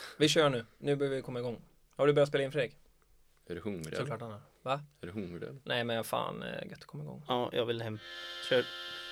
Vi kör nu. Nu behöver vi komma igång. Har du börjat spela in, Fredrik? Är du hungrig? Såklart, Anna. Va? Är du hungrig? Nej, men fan, gött att komma igång. Ja, jag vill hem. Kör.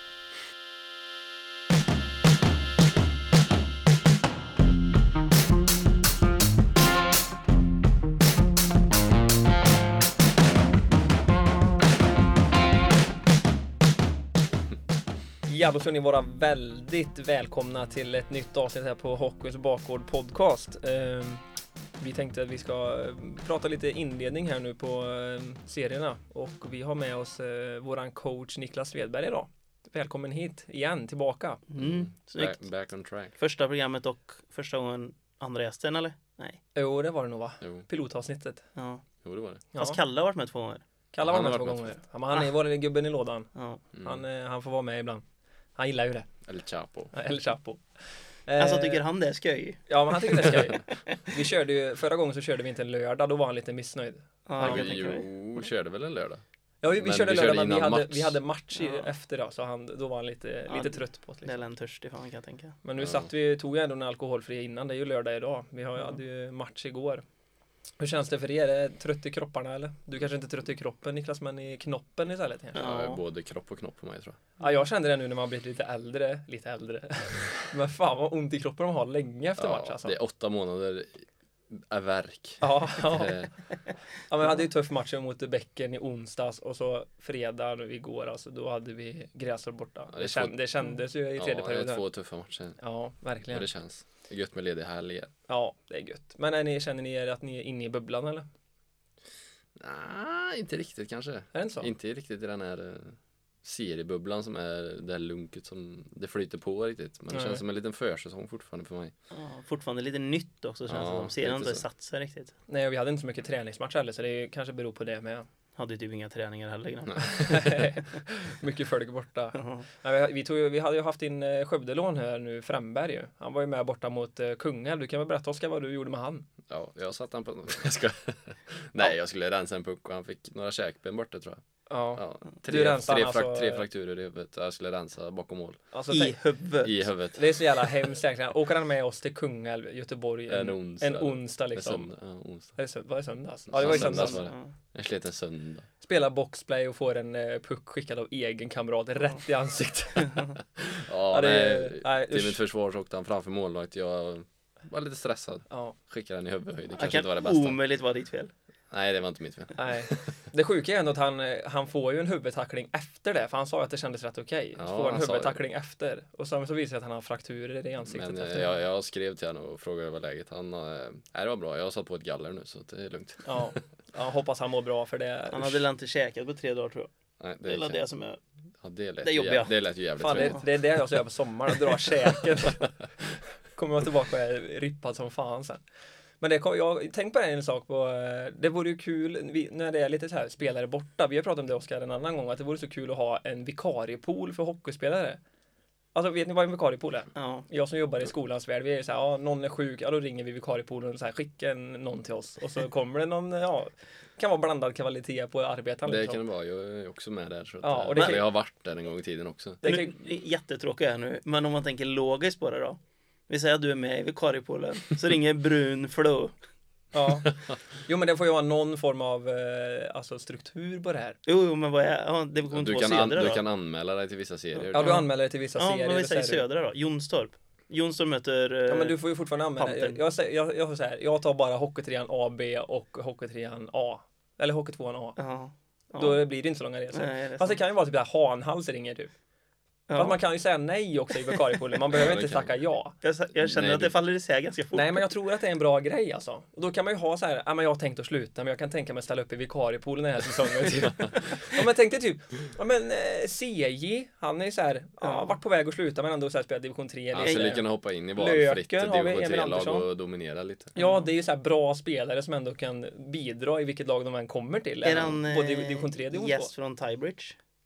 Ja, då ska ni vara väldigt välkomna till ett nytt avsnitt här på Hockeys bakgård podcast. Vi tänkte att vi ska prata lite inledning här nu på serierna. Och vi har med oss våran coach Niklas Svedberg idag. Välkommen hit igen, tillbaka. Back on track. Första programmet och första gången andra gästen, eller? Nej. Jo, det var det nog, va? Jo. Pilotavsnittet. Ja. Jo, det var det. Ja. Fast Kalle har varit med 2 gånger. Kalle var Han med har 2 varit med gånger. Ja, men han är vår gubben i lådan. Ja. Han får vara med ibland. Han gillar ju det. Eller Chapo. Eller Chapo. Alltså tycker han det är skoj? Ja, men han tycker det är skoj. Vi körde ju, förra gången så körde vi inte en lördag. Då var han lite missnöjd. Ja, Jo, körde väl en lördag? Ja, vi Men körde vi lördag, körde men innan vi hade match Ja. efter då, så då var han lite trött på oss. Det är Liksom. en törstig fan, kan jag tänka. Men nu Ja. tog jag ändå en alkoholfri innan. Det är ju lördag idag. Vi hade ju match igår. Hur känns det för er? Är det trött i kropparna eller? Du kanske inte är trött i kroppen, Niklas, men i knoppen istället kanske? Ja. Ja. Både kropp och knopp på mig, tror jag. Ja, jag kände det nu när man blivit lite äldre. Men fan vad ont i kroppen man har länge efter match alltså. Det är 8 månader är verk. Ja. Eh, Ja, men vi hade ju tuff match mot Bäcken i onsdags och så fredag igår, alltså då hade vi Grästorp borta. Ja, det är Det kändes ju i tredje Ja, det perioden. är 2 tuffa matcher. Ja, Och verkligen. det känns. Det är gött med ledig helg. Ja, det är gött. Men känner ni er att ni är inne i bubblan eller? Nej, inte riktigt kanske. Är det inte så? Inte riktigt i den här seriebubblan som är det här lunket som det flyter på riktigt. Men det Nej. känns som en liten försäsong fortfarande för mig. Ja, fortfarande lite nytt också, känns det Ja, som. Serien har lite inte så. satt sig riktigt. Nej, och vi hade inte så mycket träningsmatch heller, så det kanske beror på det med. Hade ju typ inga träningar heller innan. Mycket folk borta. Ja. Nej, vi hade ju haft in Skövdelån här nu, Främberg ju. Han var ju med borta mot Kungälv. Du kan väl berätta, Oskar, vad du gjorde med han? Ja, jag satt han på Nej, jag skulle rensa en puck och han fick några käkben borta, tror jag. Ja. Ja, Du rensade alltså- 3 frakturer i huvudet. Jag skulle rensa bakom mål. Alltså, I huvudet. I huvudet. det är så jävla hemskt egentligen. Åker han med oss till Kungälv, Göteborg En onsdag. en onsdag liksom. Söndag, ja, onsdag. Var det söndags? Ja, det var ju Söndags söndags. var det. Ja. Jag slet en söndag. Spelar boxplay och får en puck skickad av egen kamrat rätt i ansiktet. Ja, nej, till usch. mitt försvar så åkte han framför målvakt. Jag var lite stressad. Ja, Skickade den i huvudhöjd. Det Det kanske inte var det kan bästa. omöjligt vara ditt fel. Nej, det var inte mitt fel. nej. Det sjuka är ändå att han får ju en huvudtackling efter det. För han sa ju att det kändes rätt okej. Ja, Så får en han sa huvudtackling efter. Och så visar det sig att han har frakturer i ansiktet Men efter. jag skrev till honom och frågade vad läget. Han, det var bra. Jag har satt på ett galler nu så det är lugnt. Ja, hoppas han mår bra för det. Han hade inte käkat på 3 dagar, tror jag. Nej, Det är kan- det som är... Ja, det lät det ju jobbiga. det lät ju jävligt Fan, tråkigt. det är det jag ska göra på sommaren. Dra käken. Kommer jag tillbaka och är rippad som fan sen. Men jag tänkte på en sak på, det vore ju kul när det är lite så här spelare borta. Vi har pratat om det, Oskar, en annan gång, att det vore så kul att ha en vikariepool för hockeyspelare. Alltså, vet ni vad en vikariepool är? Ja. Jag som jobbar i skolans värld, vi är så här, ja, någon är sjuk, ja då ringer vi vikariepoolen och så här, skicka någon till oss. Och så kommer det någon, ja, kan vara blandad kvalitet på arbetaren. Det liksom. kan det vara. Jag är också med där. Så att, Ja, och det kan- jag har varit där en gång i tiden också. Det Nu, kan, det är jättetråkigt här nu, men om man tänker logiskt på det då. Vi säger att du är med i vikariepoolen, så ringer Brun Flo. ja. Jo, men det får ju vara någon form av alltså, struktur på det här. Jo, men vad är... Ja, division 2 södra Du då? kan anmäla dig till vissa serier. Ja, du anmäler dig till vissa Ja, serier. men vi så säger är det- södra då. Jonstorp. Jonstorp möter... Ja, men du får ju fortfarande anmäla. Pantern. Jag så här, jag tar bara Hockeytrean A, B och Hockeytrean A. Eller Hockey2 A. Ja. Ja. Då blir det inte så långa resor. Nej, det är Fast det sant. kan ju vara typ där Hanhals ringer typ. Ja. Fast man kan ju säga nej också i vikariepoolen. Man behöver Ja, det inte kan tacka ja. Jag känner Nej, att det faller isär ganska fort. Nej, men jag tror att det är en bra grej alltså. Och då kan man ju ha så här, ja men jag har tänkt att sluta, men jag kan tänka mig att ställa upp i vikariepoolen den här säsongen. Typ. Ja, men tänkte typ, ja men CJ, han är ju så här, ja, varit på väg att sluta men ändå så här spelar division 3. Han eller- skulle kunna hoppa in i valfritt Löken har vi, division Emil 3-lag Andersson. och dominera lite. Ja, det är ju så här bra spelare som ändå kan bidra i vilket lag de än kommer till. Är han Både division 3 och division 2. gäst från Tiebridge?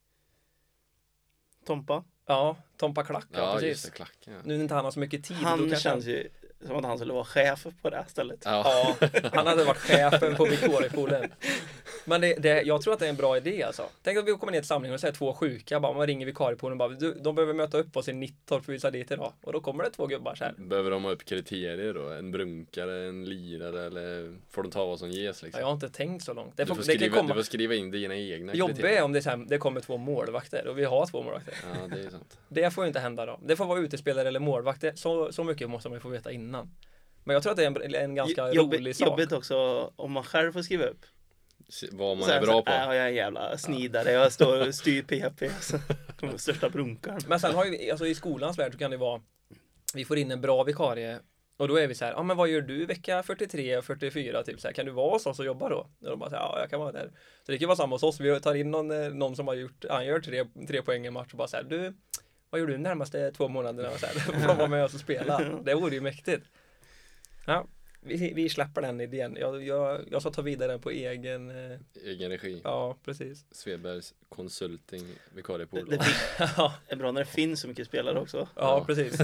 Tompa? Ja, Tompa Klack, ja, Ja, just precis. det, klacken. Ja. Nu när inte han har så mycket tid. då Han kanske känns ju som att han skulle vara chef på det här stället. Ja. Ja, han hade varit chefen på vikariepoolen. Men jag tror att det är en bra idé alltså. Tänk att vi kommer ner till samlingen och säger 2 sjuka. Bara, man ringer vikariepoolen och bara, de behöver möta upp oss i 19 för vi ska dit idag. Och då kommer det 2 gubbar så här. Behöver de ha upp kriterier då? En brunkare, en lirare eller får de ta vad som ges liksom? Ja, jag har inte tänkt så långt. Du får skriva in dina egna kriterier. kriterier. Jobbigt om det, så här, det kommer 2 målvakter och vi har 2 målvakter. Ja, det är sant. Det får ju inte hända då. Det får vara utespelare eller målvakter. Så mycket måste man få veta innan. Men jag tror att det är en ganska rolig sak. Jobbigt också om man själv får skriva upp. Vad man är bra på. Jag är en jävla snidare. Jag står och styr PP. Alltså. De största brunkarna. Men sen har ju, alltså i skolans värld så kan det vara, vi får in en bra vikarie och då är vi så här, ja men vad gör du vecka 43 och 44 typ så här, kan du vara hos oss och jobba då? Och de bara så här, ja jag kan vara där. Så det kan vara samma hos oss, vi tar in någon som har gjort, han gör 3 poäng i match och bara så här, du, vad gör du de närmaste 2 månaderna? Och så här, får de vara med oss och spela. Det vore ju mäktigt. Ja. Vi släpper den idén. Jag ska ta vidare den på egen regi. Ja, precis. Svebergs Consulting vikariepool. Det är bra när det finns så mycket spelare också. Ja, precis.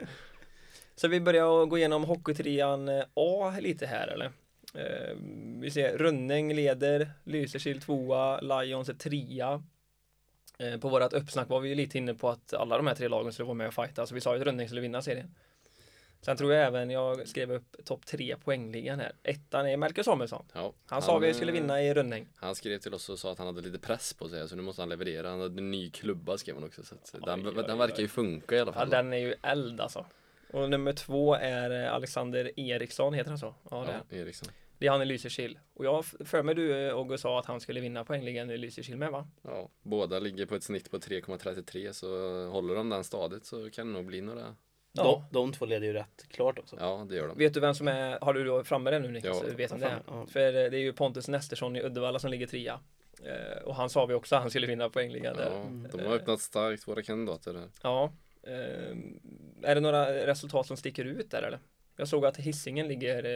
Så vi börjar gå igenom hockeytrian A lite här eller? Vi ser Rönning leder, Lysekil 2, Lions är 3. På vårat uppsnack var vi ju lite inne på att alla de här 3 lagen skulle vara med och fighta. Så vi sa ju att Rönning skulle vinna serien. Sen tror jag även jag skrev upp topp 3 poängligan här. 1:an är Melker Samuelsson. Ja, han sa vi skulle vinna i Rönning. Han skrev till oss och sa att han hade lite press på sig så nu måste han leverera. Han hade en ny klubba skrev han också så att den verkar ju funka i alla fall. Ja, den är ju eld alltså. Och nummer 2 är Alexander Eriksson, heter han så? Ja, det är Eriksson. Det är han i Lysekil. Och jag för mig du och sa att han skulle vinna poängligan i Lysekil med va? Ja, båda ligger på ett snitt på 3,33 så håller de den stadigt så kan det nog bli några. Ja. De 2 leder ju rätt klart också. Ja, det gör de. Vet du vem som är, har du då framme det nu Niklas? Ja. Vet om det är? Ja. För det är ju Pontus Nestersson i Uddevalla som ligger 3. Och han sa vi också att han skulle vinna poängligan där. Ja, de har öppnat starkt våra kandidater där. Ja. Är det några resultat som sticker ut där eller? Jag såg att Hisingen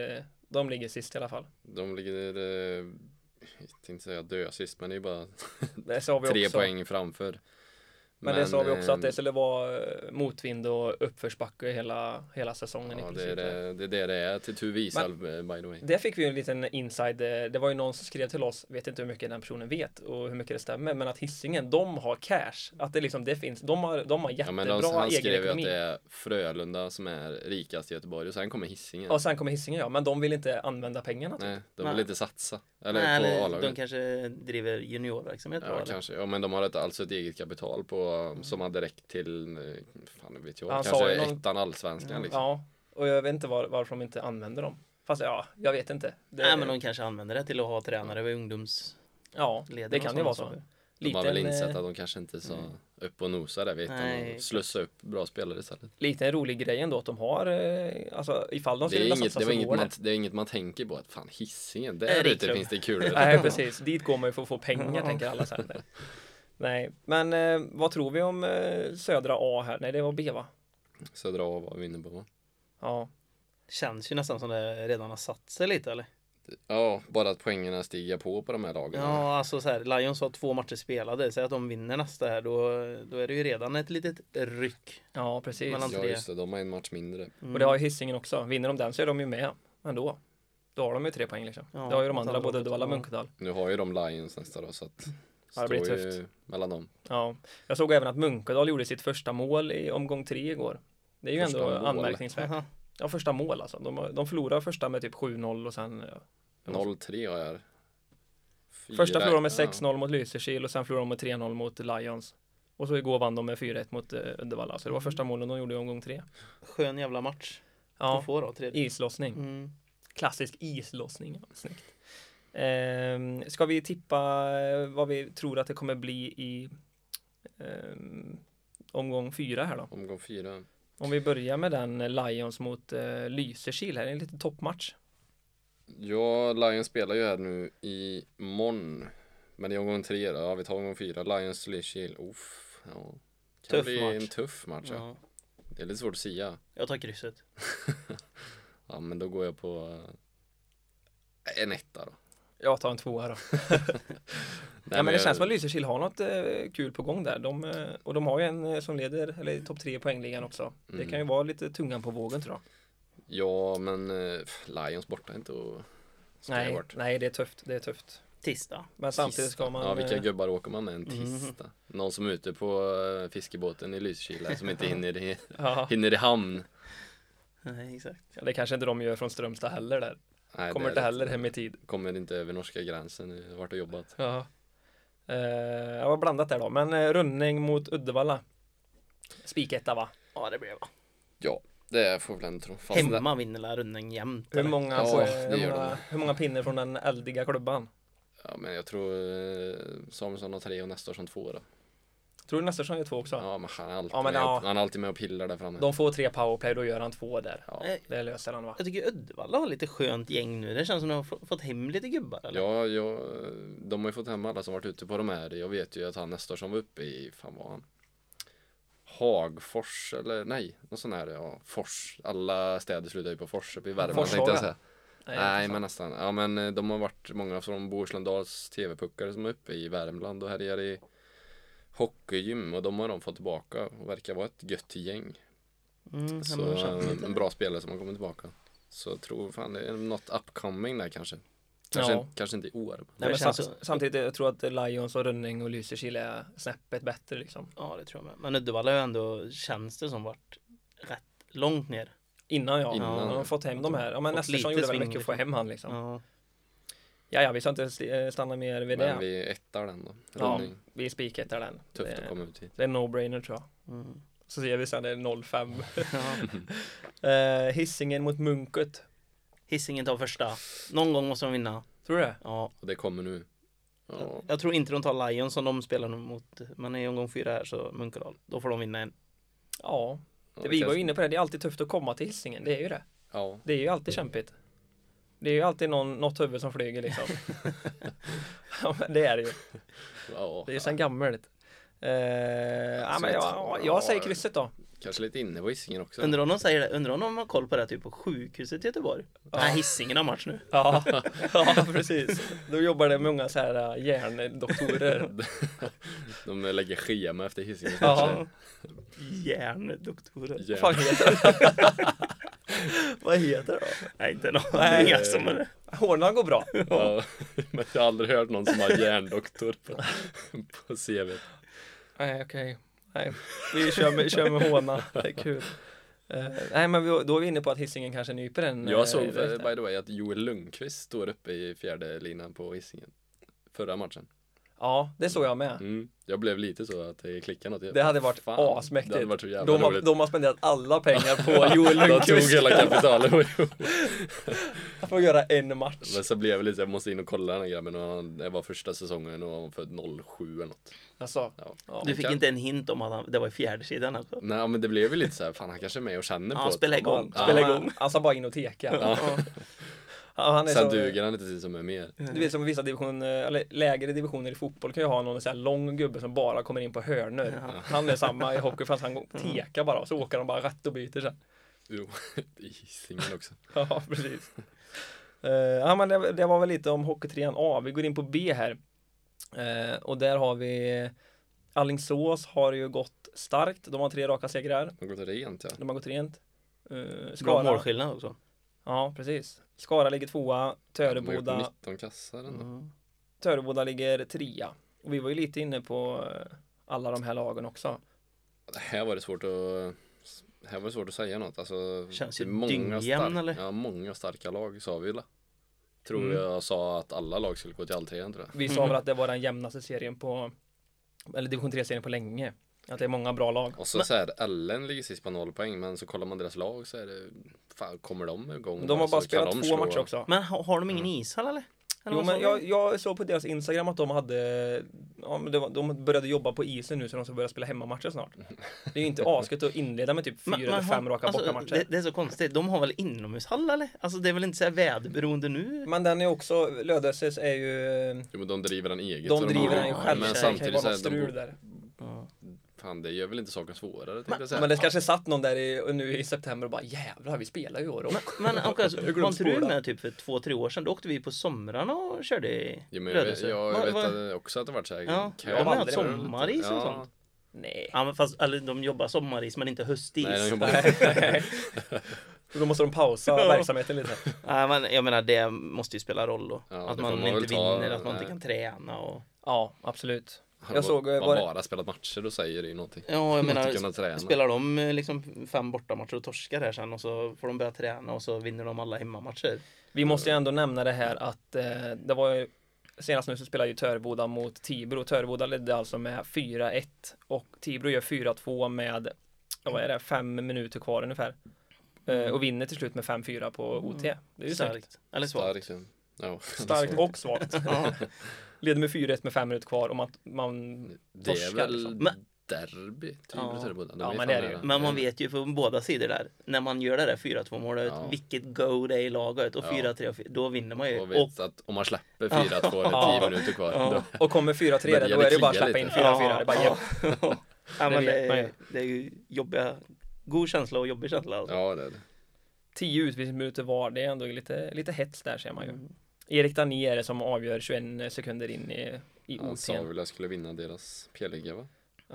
de ligger sist i alla fall. De ligger, jag tänkte säga dö sist, men det är ju bara det sa vi 3 också. poäng framför. Men det sa vi också att det skulle vara motvind och uppförsbacke hela säsongen. Ja, det är det är till Tuvisal by the way. Det fick vi en liten inside. Det var ju någon som skrev till oss, vet inte hur mycket den personen vet och hur mycket det stämmer, men att Hisingen, de har cash. Att det liksom, det finns, de har jättebra egen ekonomi. Han skrev ju att det är Frölunda som är rikast i Göteborg och sen kommer Hisingen. Och sen kommer Hisingen, ja, men de vill inte använda pengarna. Typ. Nej, de vill inte satsa. Eller de kanske driver juniorverksamhet bra. Ja, kanske. Ja, men de har ett eget kapital på som hade räckt till fan vet jag, han kanske ettan allsvenskan liksom. Ja, och jag vet inte varför de inte använder dem. Fast ja, jag vet inte. Nej, men de kanske använder det till att ha tränare vid Ja, det kan ju vara så. De har väl insett att de kanske inte så upp och nosar där utan att slussa upp bra spelare istället. Lite en rolig grej ändå att de har alltså ifall de skulle satsa det är inget man tänker på att fan Hisingen, där ute finns det kul. Nej, precis. Dit går man ju för att få pengar tänker alla sen. Nej, men vad tror vi om södra A här? Nej, det var B va? Södra A var vi inne på va? Ja. Känns ju nästan som det redan har satt sig lite eller? Ja, bara att poängerna stiger på de här lagen. Ja, alltså så här, Lions har 2 matcher spelade. Säg att de vinner nästa här, då är det ju redan ett litet ryck. Ja, precis. Ja, just det. De har en match mindre. Och det har ju Hisingen också. Vinner de den så är de ju med ändå. Då har de ju 3 poäng liksom. Ja, det har ju de andra, både Uddevalla och Munkedal. Nu har ju de Lions nästa då, så att det blir tufft mellan dem. Ja, jag såg även att Munkedal gjorde sitt första mål i omgång 3 igår. Det är ju första ändå anmärkningsvärt. Aha. Ja, första mål alltså. De förlorar första med typ 7-0 och sen 0-3 har jag. Första förlorade med 6-0 mot Lysekil och sen förlorade de med 3-0 mot Lions. Och så igår vann de med 4-1 mot Uddevalla. Så det var första målen de gjorde i omgång 3. Skön jävla match. Ja, då, islossning. Klassisk islossning. Snyggt. Ska vi tippa vad vi tror att det kommer bli i omgång 4 här då? Omgång 4. Om vi börjar med den Lions mot Lysekil här, en liten toppmatch. Ja, Lions spelar ju här nu i morgon. Men i omgång 3 då, ja, vi tar omgång 4. Lions Lysekil, ja. Kan bli en tuff match. Ja. Det är lite svårt att säga. Jag tar krysset. Ja, men då går jag på en 1 då. Jag tar en 2 då. Nej, men det känns som att Lysekil har något kul på gång där. Och de har ju en som leder, eller topp 3 i poängligan också. Det kan ju vara lite tungan på vågen tror jag. Ja, men Lions borta inte och nej, det är tufft. Tisdag. Men samtidigt ska man... Ja, vilka gubbar åker man med en tisdag? Någon som är ute på fiskebåten i Lysekil som inte hinner i hamn. Nej, exakt. Ja, det kanske inte de gör från Strömstad heller där. Nej, Kommer inte heller hem i tid. Kommer inte över norska gränsen, vart och jobbat. Ja. Jag var blandat där då. Men Rönning mot Uddevalla. Spiketta va? Ja, det blev va. Ja, det får väl ändå tro. Hemma vinner Rönning jämt. Hur många pinnar från den eldiga klubban? Ja, men jag tror Samuelsson har 3 och Nästorsson 2 då. Tror du Nästorsson gör 2 också? Ja, men han är alltid med och pillar där framme. De får 3 powerplay, då gör han 2 där. Ja. Det löser han va? Jag tycker Uddevalla har lite skönt gäng nu. Det känns som de har fått hem lite gubbar eller? Ja, de har ju fått hem alla som varit ute på de här. Jag vet ju att han Nästorsson var uppe i, fan var han? Hagfors eller nej, någon sån här, ja, Fors. Alla städer slutar ju på Fors uppe i Värmland tänkte jag säga. Nej, men nästan. Ja, men de har varit många från Bohuslän-Dals TV-puckare som är uppe i Värmland och härjar i hockeygym och de har de fått tillbaka och verkar vara ett gött gäng. Så en bra spelare som har kommit tillbaka. Så jag tror fan det är något upcoming där kanske. Kanske inte i år. Nej, men samtidigt jag tror att Lions och Rönning och Lysekil är snäppet bättre liksom. Ja, det tror jag med. Men Uddevalla har ju ändå, känns det som, varit rätt långt ner. Innan de har fått hem de här. Ja, men Nästersson gjorde väl mycket att få hem han liksom. Ja, vi ska inte stanna mer vid det. Men vi ettar den då. Rönning. Ja, vi spikettar den. Tufft att komma ut hit. Det är no-brainer tror jag. Så ser vi sen det är 0-5. Hisingen mot Munket. Hisingen tar första. Någon gång måste de vinna. Tror du det? Ja. Och det kommer nu. Ja. Jag tror inte de tar Lions som de spelar mot. Men i omgång 4 här så Munkedal. Då får de vinna en. Ja. Vi var ju inne på det. Det är alltid tufft att komma till Hisingen. Det är ju det. Ja. Det är ju alltid kämpigt. Det är ju alltid något huvud som flyger liksom. Ja, men det är det ju. Ja. Det är ju sen gammalt. Men jag säger krysset då. Kanske lite inne på Hisingen också. Undrar om de säger det. Undrar om de har koll på det typ på sjukhuset i Göteborg. Nej, Hisingen har match nu. Ja, precis. Då jobbar det många så här hjärndoktorer. De lägger schema efter Hisingen. Ja. Hjärndoktorer. Vad heter det? Vad heter det då? Nej, inte någon. Nej, alltså, men... Hårnan går bra. Ja, men jag har aldrig hört någon som har hjärndoktor på CV. Nej, okej. Nej, vi kör med hårna. Det är kul. Nej, men då är vi inne på att Hisingen kanske nyper den. Jag såg by the way att Joel Lundqvist står uppe i 4:e linan på Hisingen förra matchen. Ja, det såg jag med. Jag blev lite så att det klickade något. Det hade varit asmäktigt. Det hade varit så jävla roligt. De har spenderat alla pengar på Joel Lundqvist. De tog hela kapitalet. Jag får göra en match. Men så blev det lite, jag måste in och kolla den här grabben. Och det var första säsongen och han var född 07 eller något. Alltså, ja. Du fick inte en hint om att det var i 4:e sidan alltså. Nej, men det blev ju lite så här, fan han kanske är med och känner på. Spela igång. Alltså bara in och teka. Ja, sen duger han inte till som är mer. Du vet som vissa divisioner, eller lägre divisioner i fotboll kan ju ha någon så här lång gubbe som bara kommer in på hörnor. Han är samma i hockey fast han tekar bara och så åker han bara rätt och byter sen. Jo, i Hisingen också. Ja, precis. Ja, men det var väl lite om Hockeytrean A. Vi går in på B här. Och där har vi Alingsås har ju gått starkt. De har 3 raka segrar. De har gått rent, ja. De har gått rent. Bra målskillnad också. Ja, precis. Skara ligger 2, Töreboda 19 kassar ändå. Töreboda ligger 3. Och vi var ju lite inne på alla de här lagen också. Det här var det svårt att säga något. Alltså, känns ju dyngjämn eller? Ja, många starka lag sa vi. Tror jag sa att alla lag skulle gå till alltrean, tror jag. Vi sa väl att det var den jämnaste serien på, eller division 3-serien på länge. Att det är många bra lag. Och så här, Ellen ligger sist på 0 poäng, men så kollar man deras lag så är det, fan, kommer de igång? De har bara spelat 2 matcher också. Men har de ingen ishall eller? Jo, men jag såg på deras Instagram att de hade, de började jobba på isen nu så de ska börja spela hemmamatcher snart. Det är ju inte asket att inleda med typ 4 eller 5 raka bortamatcher. Det är så konstigt. De har väl inomhushall eller? Alltså det är väl inte så här väderberoende nu? Men den är också, Lödöses är ju... Jo, men de driver den eget. De driver den ju själv. Men samtidigt så är de... Fan, det gör väl inte saken svårare. Men det kanske satt någon där nu i september och bara jävlar, vi spelar ju i år. Men var inte du med typ för 2-3 år sedan? Då åkte vi på somrarna och körde i Lödöse. Jag vet också att det var så här. Ja, de har haft sommaris och sånt. Nej. Ja, men fast de jobbar sommaris men inte höstis. Nej, de jobbar Så då måste de pausa verksamheten lite. Nej, men jag menar, det måste ju spela roll då. Ja, att det man får man inte väl ta, vinner, att man nej. inte kan träna och... Ja, absolut. Har Jag såg man bara spelat matcher, då säger det ju någonting. Ja, jag Inte kunna menar, träna. spelar de liksom 5 bortamatcher och torskar här sen och så får de börja träna och så vinner de alla hemmamatcher. Vi måste ju ändå nämna det här att det var ju senast nu så spelade ju Töreboda mot Tibro. Töreboda ledde alltså med 4-1 och Tibro gör 4-2 med, vad är det, 5 minuter kvar ungefär. Och vinner till slut med 5-4 på OT. Det är ju Starkt. Eller svagt. Starkt, ja. Starkt och svagt. Leder med 4-1 med 5 minuter kvar och man Det är torskar, väl liksom. derby, Ja. Töreboda. Ja, men det är det ju. Men man vet ju från båda sidor där, när man gör det där 4-2 målet, vilket go det är i laget och 4-3, då vinner man ju. Och vet att om man släpper 4-2 eller 10 minuter kvar. Då, och kommer 4-3 då är det ju bara att släppa in 4-4. Det är bara Ja, men vet man ju. det är ju jobbiga, god känsla och jobbig känsla alltså. ja, det är det. 10 utvisningsminuter var, det är ändå lite hets där ser man ju. Erik Danier är det som avgör 21 sekunder in i Han sa OT. väl att jag skulle vinna deras P-liga, va?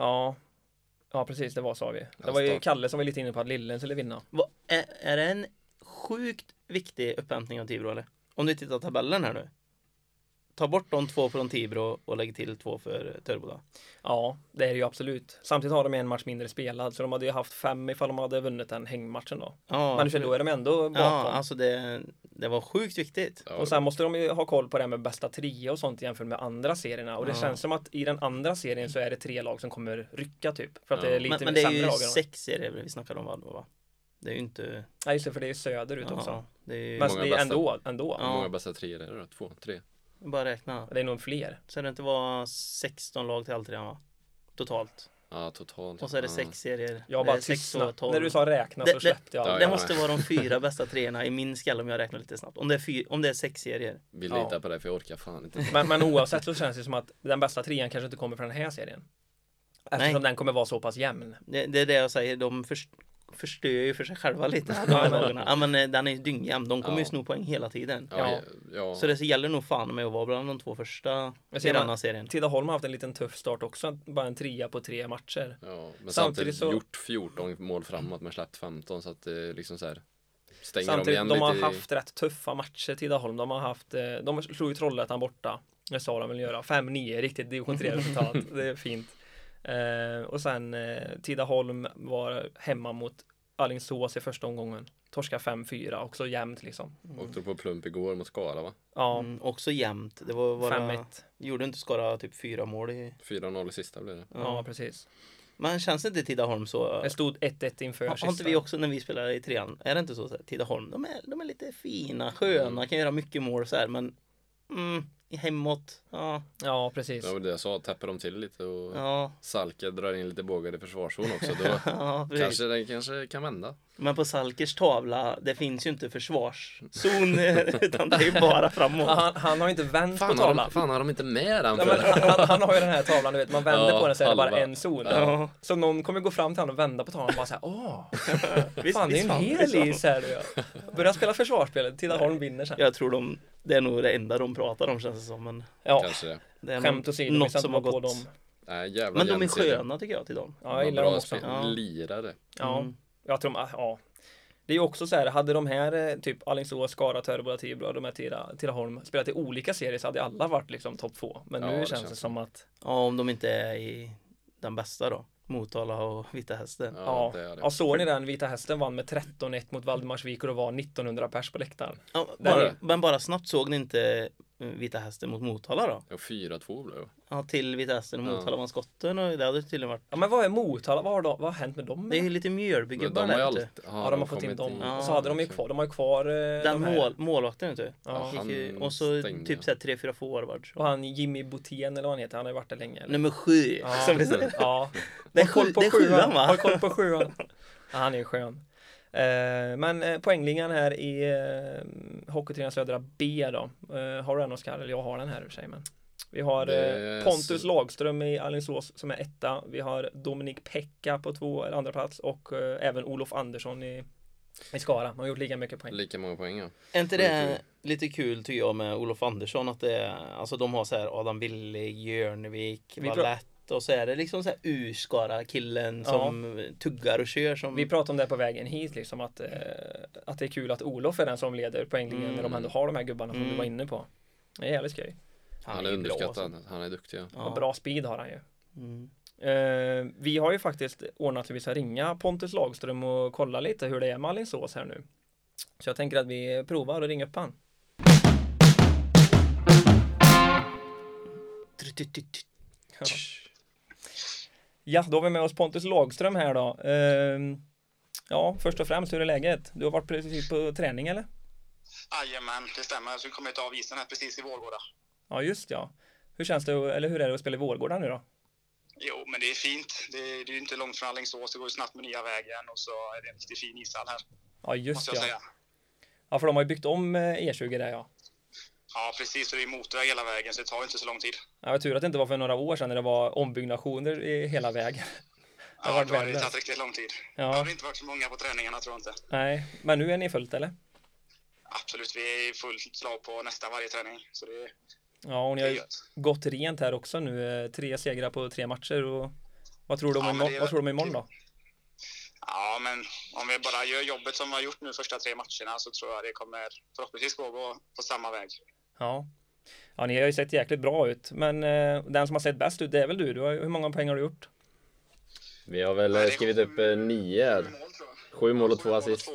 Ja, precis, det var sa vi. Det var ju Kalle som var lite inne på att Lillen skulle vinna. Är det en sjukt viktig upphämtning av Tibro eller? Om du tittar på tabellen här nu. Ta bort de 2 från Tibro och lägg till 2 för Töreboda. Ja, det är det ju absolut. Samtidigt har de en match mindre spelad, så de hade ju haft 5 ifall de hade vunnit den hängmatchen då. Ja, Men då är de ändå bakom. ja, alltså det var sjukt viktigt. Ja, Och sen måste de ju ha koll på det här med bästa 3 och sånt jämfört med andra serierna. Och det Ja. känns som att i den andra serien så är det 3 lag som kommer rycka typ. För att det är lite Men det är sämre ju lag. 6 serier vi snackar om, va? Det är ju inte... Ja, just det, för det är söderut också. Ja, det är ju Men många det är ändå. Hur många bästa 3 är det då? 2, 3? bara räkna. Det är nog fler. Så det inte var 16 lag till Alltrean, va? Totalt. Ja, totalt. Och så är det 6 serier. Jag Det bara är 6 tystnade. och 12. När du sa räkna så släppte jag. Ja, Det måste vara de 4 bästa 3:orna i min skalle om jag räknar lite snabbt. Om det är 6 serier. Vill lita på det för jag orkar fan inte. Men oavsett så känns det som att den bästa 3:an kanske inte kommer från den här serien. Eftersom den kommer vara så pass jämn. Det är det jag säger. De förstör ju för sig själva lite. De här lagarna. Ja, men den är ju dyngjämn. De kommer ju sno poäng hela tiden. Ja. Så det gäller nog fan med att vara bland de 2 första i den här serien. Tidaholm har haft en liten tuff start också. Bara en 3 på 3 matcher. Ja, men Samtidigt så gjort 14 mål framåt men släppt 15 så att det liksom så här stänger Samtidigt, de igen de har lite haft rätt tuffa matcher Tidaholm. De slog ju Trollhättan borta. Det sa de väl göra. 5-9, riktigt division 3-resultat. Det är fint. Och sen Tidaholm var hemma mot Alingsås i första omgången. Torska 5-4, också jämnt liksom. Åkte på plump igår mot Skara, va? Ja, Också jämnt. Det var bara... 5-1. Gjorde inte Skara typ 4 mål i... 4-0 i sista blev det. Ja, precis. Men känns inte Tidaholm så... Det stod 1-1 inför Har inte vi också när vi spelar i 3:an? Är det inte så? Tidaholm, de är lite fina, sköna, kan göra mycket mål så här, men hemåt, Ja, precis. Det var det jag sa, täpper de till lite och ja, Salke drar in lite bågar i försvarszon också. Då ja, precis. kanske kan vända. Men på Salkers tavla, det finns ju inte försvarszon, utan det är ju bara framåt. Ja, han har ju inte vänt på tavlan. Fan har de inte med den Nej, för? men han har ju den här tavlan, du vet, man vänder Ja, på den så är det bara halva. en zon. Ja. Så någon kommer gå fram till honom och vända på tavlan och bara såhär, Visst, fan det är en fan, hel så. is här du. Börja spela försvarsspelet, Tidaholm vinner sen. Jag tror det är nog det enda de pratar om, känns det som, men Ja, Kanske det. det är skämt åsido, vi något ska inte som har vara på gått. dem. Nej, jävla Men de är jämn serie. sköna tycker jag till dem. Ja, jag gillar dem också. Ja. Lirare. Ja, Mm. jag tror, ja. Det är ju också så här, hade de här typ Alingsås, Skara, Töreboda, Tibro, de här Tidaholm spelat i olika serier så hade alla varit liksom topp 2. Men Ja, nu det känns det känns som att Ja, om de inte är i den bästa då. Motala och Vita Hästen. ja, det är det. ja, såg ni den? Vita Hästen vann med 13-1 mot Valdemarsvik och det var 1900 pers på läktaren. Ja, Där. men bara snabbt, såg ni inte Vita Hästen mot Motala då? Ja, 4-2 blev det. Ja, till Vita Hästen och Ja. Motala vann skotten och det hade tydligen varit. Ja, men vad är Motala? Vad har hänt med dem? Det är ju lite Mjölbygubbar där ute. Ja, de har fått in dem. Ja, Och så hade de ju kvar, de har ju kvar Den de här. målvakten ute. Ja, Gick han ju- och så stängde. typ såhär 3-4 forwards. och han Jimmy Botén eller vad han heter, han har ju varit där länge. Eller? Nummer 7 Ja, som vi säger. ja. Det är Har koll på det är 7:an, va? Har koll på 7:an. Ja, han är ju skön. Men poängligan här i Hockeyträningen Södra B då. Har du den, Oskar? Eller jag har den här i och för sig, men vi har Det är Pontus Lagström i Alingsås som är etta. Vi har Dominik Pekka på andra plats och även Olof Andersson i Skara. Han har gjort lika mycket poäng. Lika många poäng, ja. Är inte det lite kul tycker jag med Olof Andersson att det är, alltså de har så här Adam Willig, Jörnevik, Vi Valett, och så är det liksom så här urskara killen som tuggar och kör. Som... Vi pratade om det på vägen hit liksom att det är kul att Olof är den som leder poängligan när de ändå har de här gubbarna som du var inne på. Det är jävligt skoj. Han är underskattad, han är duktig. Ja. Och bra speed har han ju. Vi har ju faktiskt ordnat hur vi ska ringa Pontus Lagström och kolla lite hur det är med Alingsås här nu. Så jag tänker att vi provar att ringa upp han. Ja, då har vi med oss Pontus Lagström här då. Ja, först och främst, hur är läget? Du har varit precis på träning eller? Jajamän, det stämmer. Så vi kommer ut av isen här precis i Vårgårda. Ja, just ja. Hur känns det, eller hur är det att spela i Vårgårda nu då? Jo, men det är fint. Det är ju inte långt från Alingsås. Det går ju snabbt med nya vägen och så är det en riktigt fin ishall här. Ja, just måste jag säga. Ja, för de har ju byggt om E20 där, ja. Ja, precis. Så det är motorväg hela vägen så det tar inte så lång tid. Ja, jag tur att det inte var för några år sedan när det var ombyggnationer i hela vägen. Det har det tagit riktigt lång tid. Ja. Det har inte varit så många på träningarna, tror jag inte. Nej, men nu är ni fullt, eller? Absolut, vi är fullt slag på nästan varje träning. Så det ja, och ni har ju gått rent här också nu. 3 segrar på 3 matcher. Och vad tror du om imorgon då? Ja, men om vi bara gör jobbet som vi har gjort nu första 3 matcherna så tror jag det kommer förhoppningsvis gå på samma väg. Ja, ni har ju sett jäkligt bra ut. Men den som har sett bäst ut, det är väl du? Hur många poäng har du gjort? Vi har väl skrivit upp 9 här. 7 mål och 2 assist.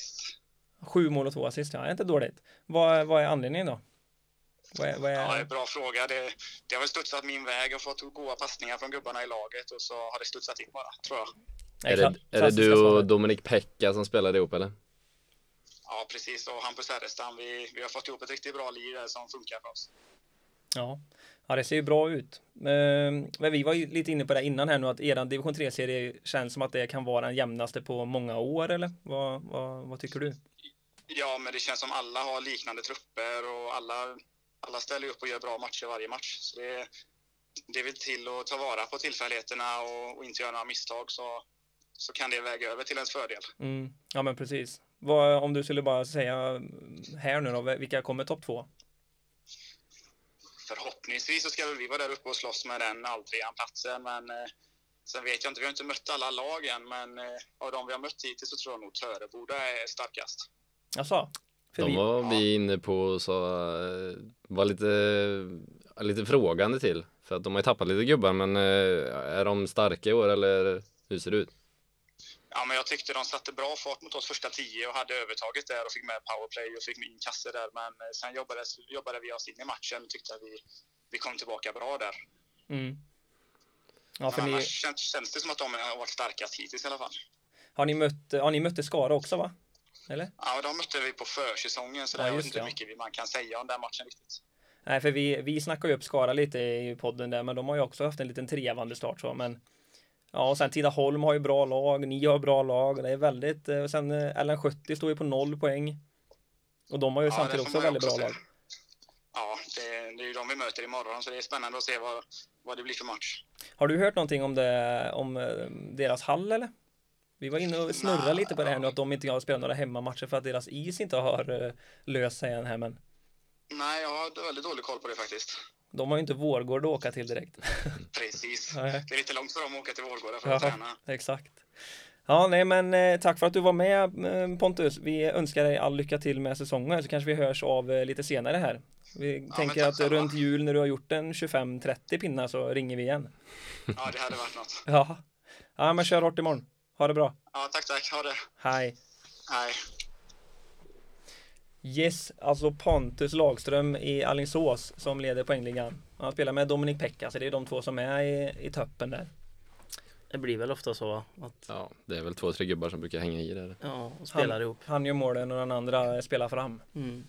7 mål och 2 assist, ja, det är inte dåligt. Vad är anledningen då? Vad är... Ja, det är en bra fråga. Det har väl studsat min väg och fått goda passningar från gubbarna i laget och så har det studsat in bara, tror jag. Är det du och Dominic Pekka som spelar ihop eller? Ja, precis. Och Hampus Herrestam, vi har fått ihop ett riktigt bra liv där som funkar för oss. Ja, det ser ju bra ut. Men vi var ju lite inne på det innan här nu att eran division 3-serie känns som att det kan vara den jämnaste på många år, eller? Vad tycker du? Ja, men det känns som alla har liknande trupper och alla ställer upp och gör bra matcher varje match. Så det är väl till att ta vara på tillfälligheterna och inte göra några misstag så kan det väga över till ens fördel. Ja, men precis. Om du skulle bara säga här nu då, vilka kommer topp 2? Förhoppningsvis så ska vi vara där uppe och slåss med den Aldrian-platsen, men sen vet jag inte, vi har inte mött alla lagen, men av de vi har mött hittills så tror jag nog Töreboda är starkast. Jaså? De var vi inne på så var lite frågande till, för att de har ju tappat lite gubbar, men är de starka i år eller hur ser det ut? Ja, men jag tyckte de satte bra fart mot oss första 10 och hade övertaget där och fick med powerplay och fick in kasser där. Men sen jobbade vi oss in i matchen och tyckte att vi kom tillbaka bra där. Ja, för annars känns det som att de har varit starkast hittills i alla fall. Har ni mött Skara också, va? Eller? Ja, de mötte vi på försäsongen så det är inte mycket man kan säga om den matchen riktigt. Nej, för vi snackar ju upp Skara lite i podden där, men de har ju också haft en liten trevande start så, men ja, och sen Tidaholm har ju bra lag, ni har bra lag, det är väldigt, och sen LN70 står ju på 0 poäng och de har ju samtidigt också väldigt bra lag. Ja, det är ju de vi möter imorgon så det är spännande att se vad det blir för match. Har du hört någonting om deras hall eller? Vi var inne och snurrade lite på det här nu att de inte har spelat några hemmamatcher för att deras is inte har löst sig än här, men nej, jag har väldigt dålig koll på det faktiskt. De har ju inte Vårgård att åka till direkt. Precis. Det är lite långt för dem att åka till Vårgårda för att träna. Exakt. Ja, nej, men tack för att du var med, Pontus. Vi önskar dig all lycka till med säsongen, så kanske vi hörs av lite senare här. Vi tänker att runt jul när du har gjort en 25-30 pinnar så ringer vi igen. Ja, det hade varit något. Ja, men kör hårt imorgon. Ha det bra. Ja, tack. Ha det. Hej. Hej. Yes, alltså Pontus Lagström i Alingsås som leder poängligan. Han spelar med Dominic Pekka, så det är de två som är i toppen där. Det blir väl ofta så att... Ja, det är väl 2-3 gubbar som brukar hänga i där. Ja, och spelar ihop. Han gör målen och den andra spelar fram.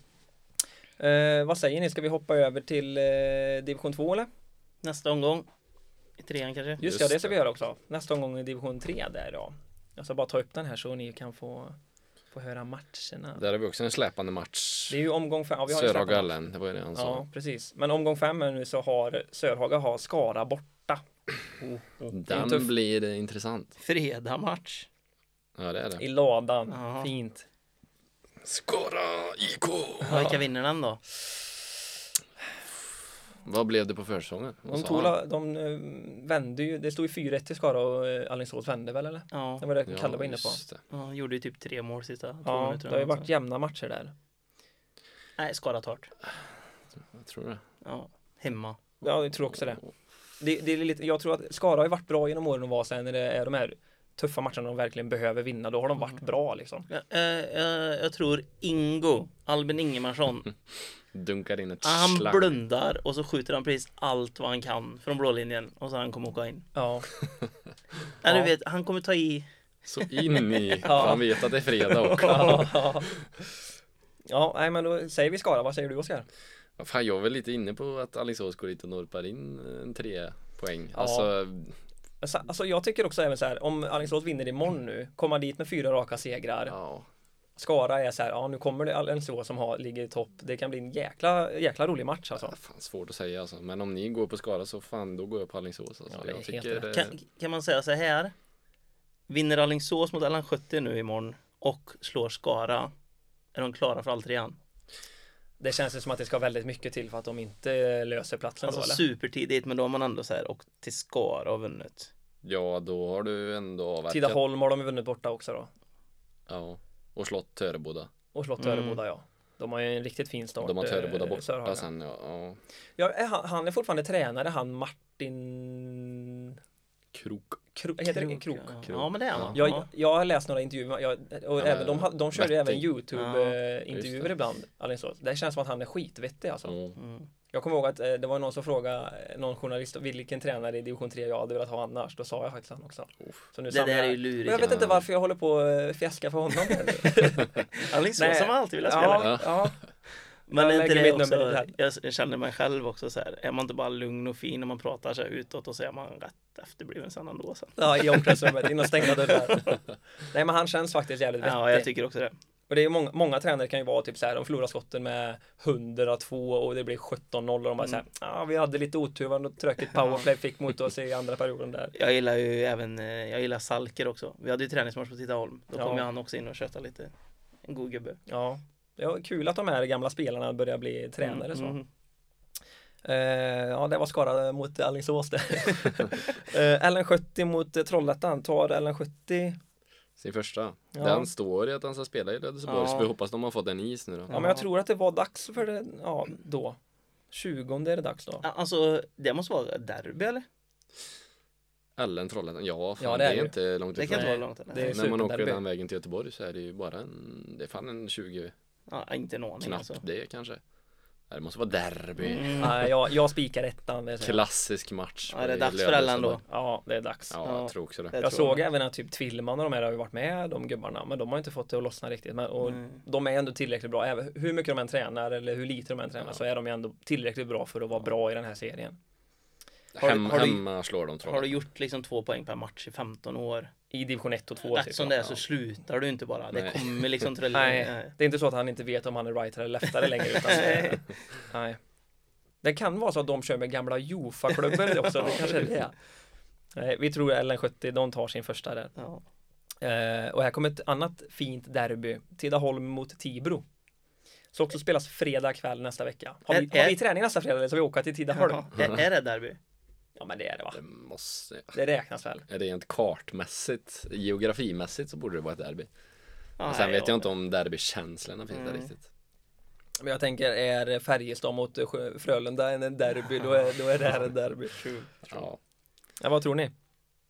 Vad säger ni? Ska vi hoppa över till division 2 eller? Nästa omgång. I 3:an kanske? Just det ska vi göra också. Nästa omgång i division 3 där då. Jag ska bara ta upp den här så ni kan få höra matcherna. Där har vi också en släpande match. Det är ju omgång 5. Ja, Sörhaga-Allen, det var ju det han sa. Ja, precis. Men omgång 5 nu så har Sörhaga Skara borta. Den blir intressant. Fredag match. Ja, det är det. I ladan. Ja. Fint. Skara IK. Vilka vinner den då? Vad blev det på försäsongen? De vände ju, det stod ju 4-1 till Skara och Alingsås vände väl eller? Ja. Det var det Kalle var inne på. Ja, gjorde ju typ 3 mål sista 2 Ja, minuter. det har ju varit jämna matcher där. Nej, Skara tart. Jag tror det. Ja, hemma. Ja, jag tror också det. Det är lite, jag tror att Skara har ju varit bra genom åren att vara sen när det är de här tuffa matcherna de verkligen behöver vinna. Då har de varit bra liksom. Jag tror Albin Ingemarsson, Dunkar in ett han slag. blundar och så skjuter han precis allt vad han kan från blålinjen och så han kommer åka in. Ja. Du vet, han kommer ta i. Så in i, han vet att det är fredag också. Ja, nej men då säger vi Skara. Vad säger du, Oskar? Fan, jag är väl lite inne på att Alingsås går dit och norpar in en 3 poäng. Ja. Alltså jag tycker också även så här, om Alingsås vinner imorgon nu, komma dit med 4 raka segrar. Ja. Skara är så här, ja nu kommer det Alingsås som ligger i topp. Det kan bli en jäkla rolig match alltså. Fan, svårt att säga alltså. Men om ni går på Skara så fan, då går jag på Alingsås alltså. Ja, jag tycker, kan man säga så här? Vinner Alingsås mot LN70 nu imorgon och slår Skara, är de klara för all 3:an? Det känns ju som att det ska väldigt mycket till för att de inte löser platsen alltså då, eller? Supertidigt, men då har man ändå så här och till Skara och vunnit. Ja, då har du ändå avverkat. Tidaholm har de vunnit borta också då. Ja, och slått Töreboda. Och slått Töreboda, ja. De har ju en riktigt fin start. De har Töreboda borta Sörhaga. sen, ja. Ja, han är fortfarande tränare, han Martin... Krok. Heter det Krok? Ja, men det är han. Jag har läst några intervjuer och även, de körde även YouTube-intervjuer ibland. Alltså, det känns som att han är skitvettig alltså. Jag kommer ihåg att det var någon som frågade någon journalist vilken tränare i division 3 jag hade velat ha annars. Då sa jag faktiskt han också. Så nu det där är ju lurigt. Jag vet inte varför jag håller på att fjäska för honom. Alingsås som alltid vill spela. Ja. Men inte det också, jag känner mig själv också så här. Är man inte bara lugn och fin när man pratar så här utåt och så är man rätt efterbliven sen ändå sen. Ja, i omklädningsrummet, in och stängda dörrar. Nej, men han känns faktiskt jävligt vettig. Ja, jag tycker också det. Och det är många tränare kan ju vara typ så här, de förlorar skotten med 102 och det blir 17-0 och de bara så här, vi hade lite otur, och tråkigt powerplay fick mot oss i andra perioden där. Jag gillar ju även, jag gillar Salker också. Vi hade ju träningsmatch på Tidaholm. Då kom ju han också in och köta lite, en god gubbe. Ja, det var kul att de här gamla spelarna börjar bli tränare så. Ja, det var Skara mot Alingsås där. LN70 mot Trollhättan. Tar LN70 sin första. Den står i att han ska spela i Löddeseborg. Så vi hoppas de har fått en is nu då. Ja, men jag tror att det var dags för det. Ja, då 20:e är det dags då. Alltså, det måste vara derby eller? Ellen Trollhättan. Ja, fan, ja, det är inte långt ifrån. Det kan inte vara långt. När man åker den vägen till Göteborg så är det ju bara det är fan en 20. Ja, inte en aning knappt alltså. Det kanske. Det måste vara derby. Nej, jag spikar ettan. Klassisk match. Ja, det är dags för Ellen då. Ja, det är dags. Ja, jag tror också det. Jag såg även att typ Tvillman och de här har ju varit med, de gubbarna, men de har inte fått det att lossna riktigt. Men, och de är ändå tillräckligt bra. Även hur mycket de än tränar eller hur lite de än tränar så är de ändå tillräckligt bra för att vara bra i den här serien. Hemma slår de Har du gjort liksom 2 poäng per match i 15 år? I division 1 och 2. Rätt som det är så slutar du inte bara. Det kommer liksom till Nej, det är inte så att han inte vet om han är rightare eller leftare längre. Utan nej. Det kan vara så att de kör med gamla Jofa-klubben också. Det kanske är det. Nej, vi tror LN70, de tar sin första där. Ja. Och här kommer ett annat fint derby. Tidaholm mot Tibro. Så också spelas fredag kväll nästa vecka. Har vi träning nästa fredag eller så vi åker till Tidaholm? Är det derby? Ja, men det är det va? Det räknas väl. Är det rent kartmässigt, geografimässigt så borde det vara ett derby. Sen vet jag inte om derbykänslorna finns där riktigt. Men jag tänker, är Färjestad mot Frölunda en derby, då är det här en derby. Ja, vad tror ni?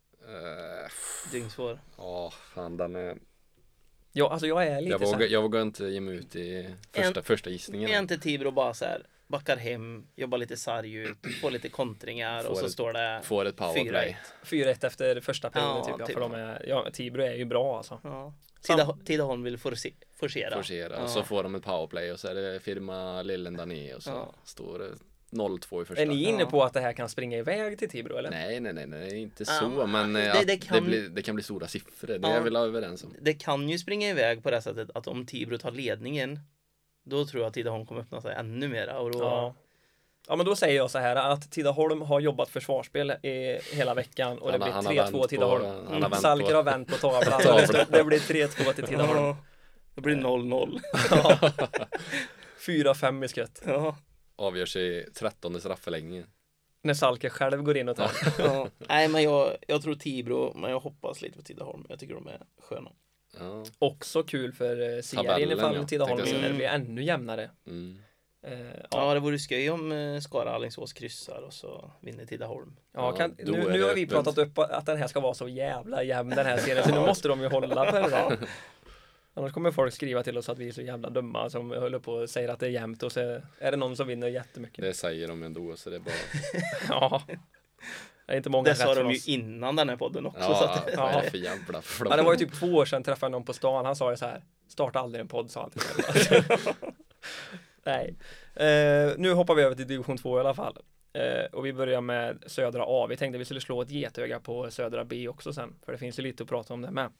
Dyngsvår. Ja, fan den är... Ja, alltså jag är lite jag vågar inte ge mig ut i första gissningen. Är inte Tibro bara så här, backar hem, jobbar lite sarg ut, får lite kontringar och så står det får ett powerplay. 4-1 efter första perioden typ. För Tibro är ju bra alltså. Ja. Tidaholm vill forcera. Och så får de ett powerplay och så är det firma Lillendané och så står det 0-2 i första. Är ni inne på att det här kan springa iväg till Tibro eller? Nej, inte så, men det kan bli stora siffror. Det är väl överens om. Det kan ju springa iväg på det sättet att om Tibro tar ledningen, då tror jag att Tidaholm kommer öppna sig ännu mera och då... Ja, men då säger jag så här att Tidaholm har jobbat försvarsspel hela veckan och det blir 3-2 Tidaholm. Salker har vänt på tavlan. Det blir 3-2 till Tidaholm. Det blir 0-0. 4-5 i skott. Ja. avgör sig 13:e strafförlängningen. När Salke själv går in och tar. Ja. Nej, men jag tror Tibro, men jag hoppas lite på Tidaholm. Jag tycker de är sköna. Ja. Också kul för serien Tabellen, ifall ja, Tidaholm tänkte jag vinner. Det blir ännu jämnare. Ja, det vore skoj om Skara Alingsås kryssar och så vinner Tidaholm. Ja, då är nu det har vi öppet. pratat upp att den här ska vara så jävla jämn den här serien. Så nu måste de ju hålla på det där. Annars kommer folk skriva till oss att vi är så jävla dumma som håller på och säger att det är jämnt och så är det någon som vinner jättemycket. Det säger de ändå, så det är bara... Ja. Det är inte många Det rätt sa för de oss. ju innan den här podden också. Ja, Så att, vad är det för jävla Ja, det var ju typ 2 år sedan träffade jag någon på stan. Han sa ju så här: starta aldrig en podd, sa han till mig. Nej. Nu hoppar vi över till division 2 i alla fall. Och vi börjar med södra A. Vi tänkte vi skulle slå ett getöga på södra B också sen. För det finns ju lite att prata om det med.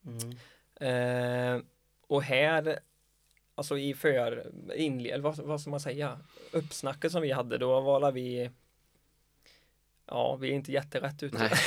Och här, alltså i vad ska man säga? Uppsnacket som vi hade, då var vi... Ja, vi är inte jätterätt ute. Nej.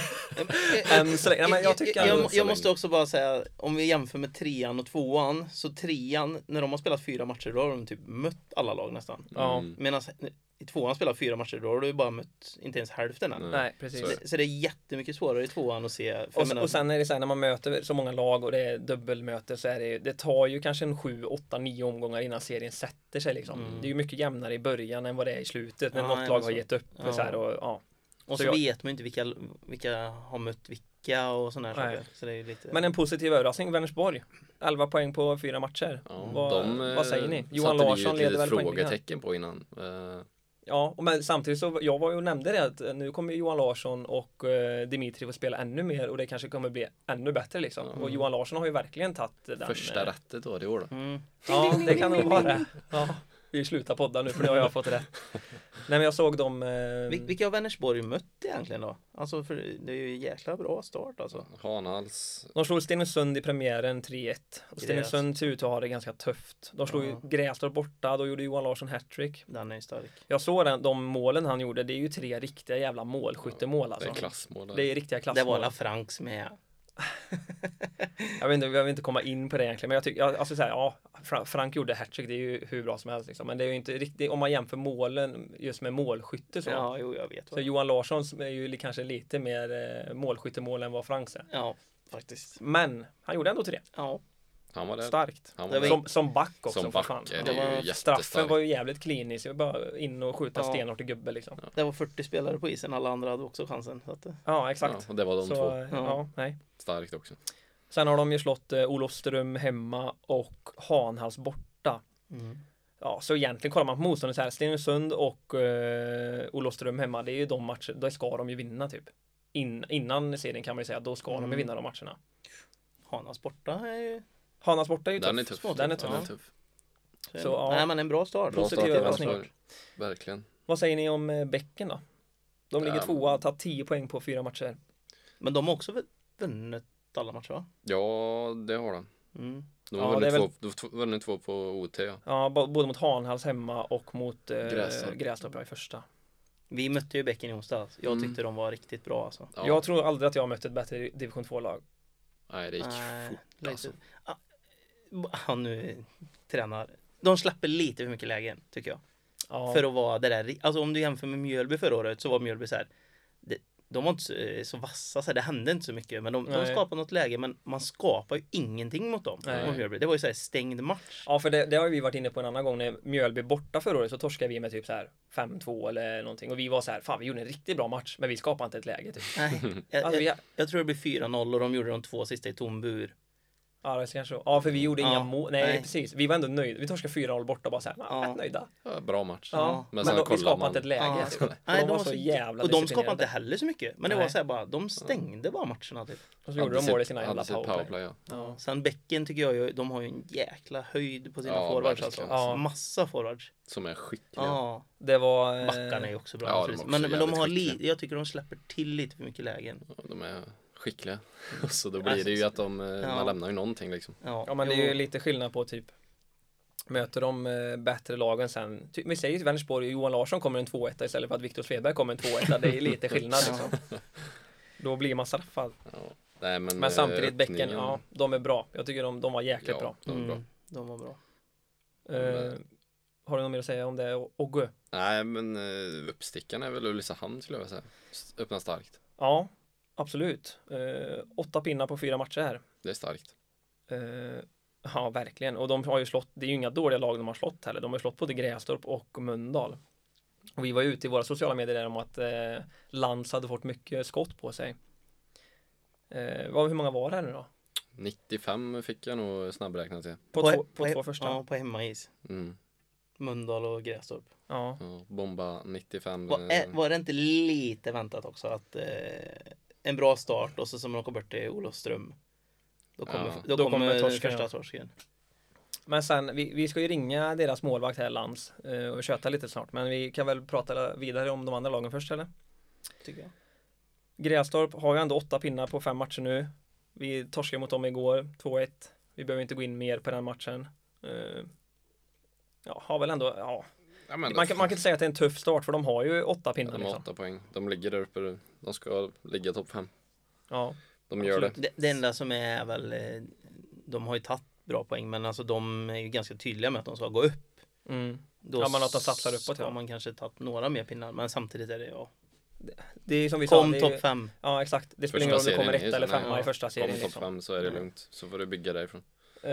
Jag måste också bara säga, om vi jämför med 3:an och 2:an, så 3:an, när de har spelat 4 matcher, då har de typ mött alla lag nästan. Ja. Medan i 2:an spelat 4 matcher, då har du ju bara mött inte ens hälften än. Nej, precis. Så det är jättemycket svårare i 2:an att se. Och sen är det så här, när man möter så många lag och det är dubbelmöte, så är det tar ju kanske en 7, 8, 9 omgångar innan serien sätter sig liksom. Det är ju mycket jämnare i början än vad det är i slutet när något lag har gett upp. Ja. Så här, och så vet man inte vilka har mött vilka och sådana här saker. Så det är lite... Men en positiv överraskning, Vänersborg. 11 poäng på 4 matcher. Ja, vad säger ni? Johan satte Larsson vi ju leder ett väl litet poängen? frågetecken på innan. Ja, men samtidigt så jag var ju och nämnde det att nu kommer Johan Larsson och Dimitri få spela ännu mer och det kanske kommer bli ännu bättre liksom. Och Johan Larsson har ju verkligen tagit den Första rättet då, det år då. Ja, det kan nog vara. Ja, vi slutar podda nu för nu har jag fått rätt. Nej, men jag såg dem... Vilka har Vänersborg mött egentligen då? Alltså, för det är ju en jäkla bra start alltså. Hanhals. De slog Stenungsund i premiären 3-1. Och Stenungsund ser ut att ha det ganska tufft. De slog ju Grästorp borta, då gjorde Johan Larsson hattrick. Den är stark. Jag såg de målen han gjorde, det är ju 3 riktiga jävla målskyttemål alltså. Det är klassmål. Det är riktiga Det klassmål. var La Franks med. Jag vill inte komma in på det egentligen, men jag tycker, alltså så här, ja, Frank gjorde hattrick, det är ju hur bra som helst liksom. Men det är ju inte riktigt, om man jämför målen just med målskytte så. Ja, jo, jag vet. Så Johan Larsson är ju kanske lite mer målskyttemål än vad Frank är. Ja, faktiskt. Men han gjorde ändå 3. Ja. Han var där. Starkt. Han var där. Som back också. Som för back fan. är det ju jättestarkt. Straffen var ju jävligt klinisk. Jag bara in och skjuta stenhårt i gubbe liksom. Ja. Det var 40 spelare på isen, alla andra hade också chansen. Så att, Ja, exakt. Ja, och det var de så, två. Ja, nej. Starkt också. Sen har de ju slått Olofström hemma och Hanhals borta. Ja, så egentligen kollar man på motståndet så här, Stenungsund och Olofström hemma, det är ju de matcher, då ska de ju vinna typ. Innan serien kan man ju säga, då ska de ju vinna de matcherna. Hanhals borta är ju... Hanhals borta är ju Den är tuff. tuff. Den är tuff. Den är tuff. Så, ja. Nej, men en bra start. Bra Positiv start i överraskning. Vänersborg. Verkligen. Vad säger ni om Bäcken då? De ligger 2, har tagit 10 poäng på 4 matcher. Men de har också vunnit alla matcher, va? Ja, det har de. De Ja, har det är vunnit 2 på OT. Ja. Ja, både mot Hanhals hemma och mot Grästorp. Grästorp i första. Vi mötte ju Bäcken i onsdags. Jag tyckte de var riktigt bra alltså. Ja. Jag tror aldrig att jag har mött ett bättre division 2-lag. Nej, det gick fort alltså. Han nu tränar. De släpper lite för mycket lägen, tycker jag. Ja. För att vara det där. Alltså om du jämför med Mjölby förra året, så var Mjölby så här. De var inte så vassa, så här, det hände inte så mycket. Men de skapade något läge, men man skapar ju ingenting mot dem. Det var ju så här stängd match. Ja, för det har vi varit inne på en annan gång. När Mjölby borta förra året så torskade vi med typ så här 5-2 eller någonting. Och vi var så här, fan vi gjorde en riktigt bra match, men vi skapade inte ett läge typ. Nej, jag tror det blir 4-0 och de gjorde de 2 sista i tom bur. Ja, det kanske. Ja, för vi gjorde inga mål. Nej, precis. Vi var ändå nöjda. Vi torskade 4-0 borta och bara så här, rätt nöjda. Ja, bra match. Ja. Men vi skapade inte ett läge. Typ. Nej, de var så jävla och de skapade inte disciplinerade. heller så mycket. Men det var så här bara, de stängde bara matcherna typ. Och så gjorde de mål i sina jävla powerplay. Ja. Sen Bäcken tycker jag ju, de har ju en jäkla höjd på sina forwards alltså. Ja. Massa forwards. Som är skickliga. Ja. Det var... Backarna är också bra. Ja, de är också men de har skickliga. jag tycker de släpper till lite för mycket lägen. Ja, de är skickliga. Så då blir det ju att man lämnar ju någonting liksom. Ja, men det är ju lite skillnad på typ möter de bättre lagen sen. Vi säger till Vänersborg, Johan Larsson kommer en 2-1 istället för att Viktor Svedberg kommer en 2-1. Det är lite skillnad liksom. Då blir man straffad. Ja. Nej, men samtidigt Bäcken, ja, de är bra. Jag tycker de var jäkligt bra. De är bra. De var bra. Har du något mer att säga om det, Ogge? Nej, men uppstickan är väl Ulricehamn skulle jag säga. Öppnar starkt. Ja, absolut. 8 pinnar på 4 matcher här. Det är starkt. Ja, verkligen. Och de har ju slått, det är ju inga dåliga lag de har slått heller. De har slått både Grästorp och Mölndal. Och vi var ute i våra sociala medier där om att Lantz hade fått mycket skott på sig. Hur många var det här nu då? 95 fick jag nog snabbräknat till. På två första? Ja, på hemmais. Mölndal och Grästorp. Ja. Bomba 95. Var det inte lite väntat också att en bra start och så som de åker bort till Olofström. Då kommer första torsken. Men sen, vi ska ju ringa deras målvakt här, Lantz, och köta lite snart. Men vi kan väl prata vidare om de andra lagen först, eller? Tycker jag. Grästorp har ju ändå 8 pinnar på 5 matcher nu. Vi torskade mot dem igår, 2-1. Vi behöver inte gå in mer på den matchen. Har väl ändå, ja, man kan inte säga att det är en tuff start, för de har ju 8 pinnar. De har 8 poäng. De ligger där uppe. De ska ligga topp 5. Ja. De gör det. Det enda som är väl, de har ju tagit bra poäng, men alltså de är ju ganska tydliga med att de ska gå upp. Då man har satsat uppåt. Har man kanske tagit några mer pinnar, men samtidigt är det det är som vi kom sa, topp 5. Ja, exakt. Det spelar ingen roll om det kommer 1 eller 5 i första serien. Kom topp 5 så är det lugnt. Så får du bygga därifrån.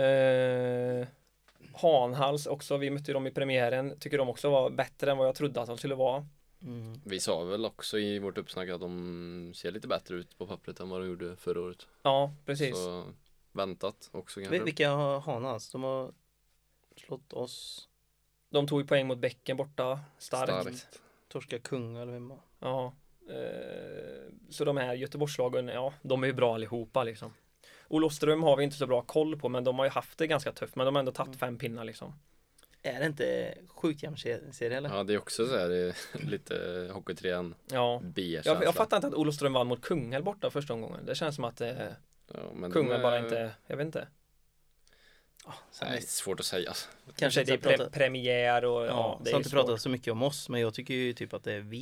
Hanhals också, vi mötte dem i premiären. Tycker de också var bättre än vad jag trodde att de skulle vara. Vi sa väl också i vårt uppsnack att de ser lite bättre ut på pappret än vad de gjorde förra året. Ja, precis. Så väntat också kanske. Vilka har Hanhals? De har slått oss. De tog ju poäng mot Bäcken borta. Starkt. Torska Kungälv eller hemma. Ja. Så de här Göteborgslagen, ja, de är ju bra allihopa liksom. Olofström har vi inte så bra koll på, men de har ju haft det ganska tufft, men de har ändå tagit 5 pinnar liksom. Är det inte sjukt jämn serie eller? Ja, det är också så här, det är lite hockeytrean. Ja. B-känsla. Jag fattar inte att Olofström vann mot Kungälv borta första omgången. Det känns som att Kungälv bara inte, jag vet inte. Det är svårt att säga alltså. Kanske det är premiär och det är inte pratat så mycket om oss, men jag tycker ju typ att det är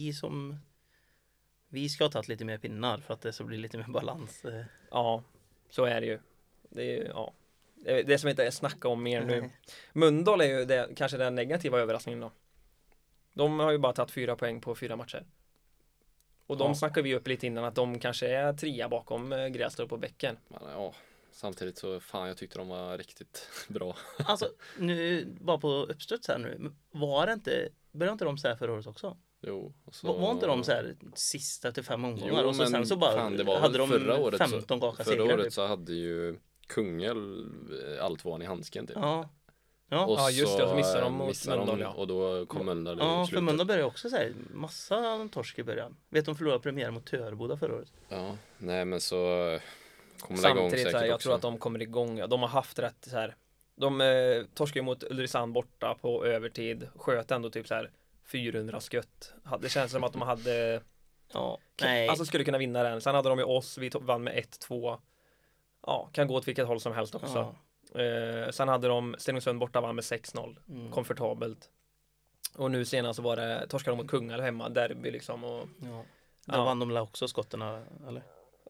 vi ska ha tagit lite mer pinnar för att det så blir lite mer balans. Ja, så är det ju. Det är det som inte är snacka om mer nu. Mölndal är ju kanske den negativa överraskningen då. De har ju bara tagit 4 poäng på 4 matcher. Och de snackar vi upp lite innan att de kanske är 3 bakom Grästorp och Bäcken. Ja, samtidigt så jag tyckte de var riktigt bra. Alltså, nu bara på uppstöts här nu. Började inte de så här förra året också? Jo. Var inte de så här sista till 5 omgångar? Jo, och så sen så bara hade de förra året 15 raka segrar. Förra året så hade ju Kungälv alltvåan i handsken typ. Ja, just det, så missade de mot Mölndal, och då kom Mölndal i slutet. För Mölndal började också så här massa torsk i början. Vet de förlorade premiär mot Törboda förra året. Ja, nej men så kommer det igång säkert så här, jag också. tror att de kommer igång. De har haft rätt så här. De torskade mot Ulricehamn borta på övertid. Sköt ändå typ så här 400 skott. Det känns som att de hade alltså skulle kunna vinna den. Sen hade de ju oss, vi vann med 1-2. Ja, kan gå åt vilket håll som helst också. Sen hade de Stenungsund borta, vann med 6-0. Komfortabelt. Och nu senast så var det torskade de mot Kungälv hemma, derby liksom. Och, Då vann de också skotterna, eller?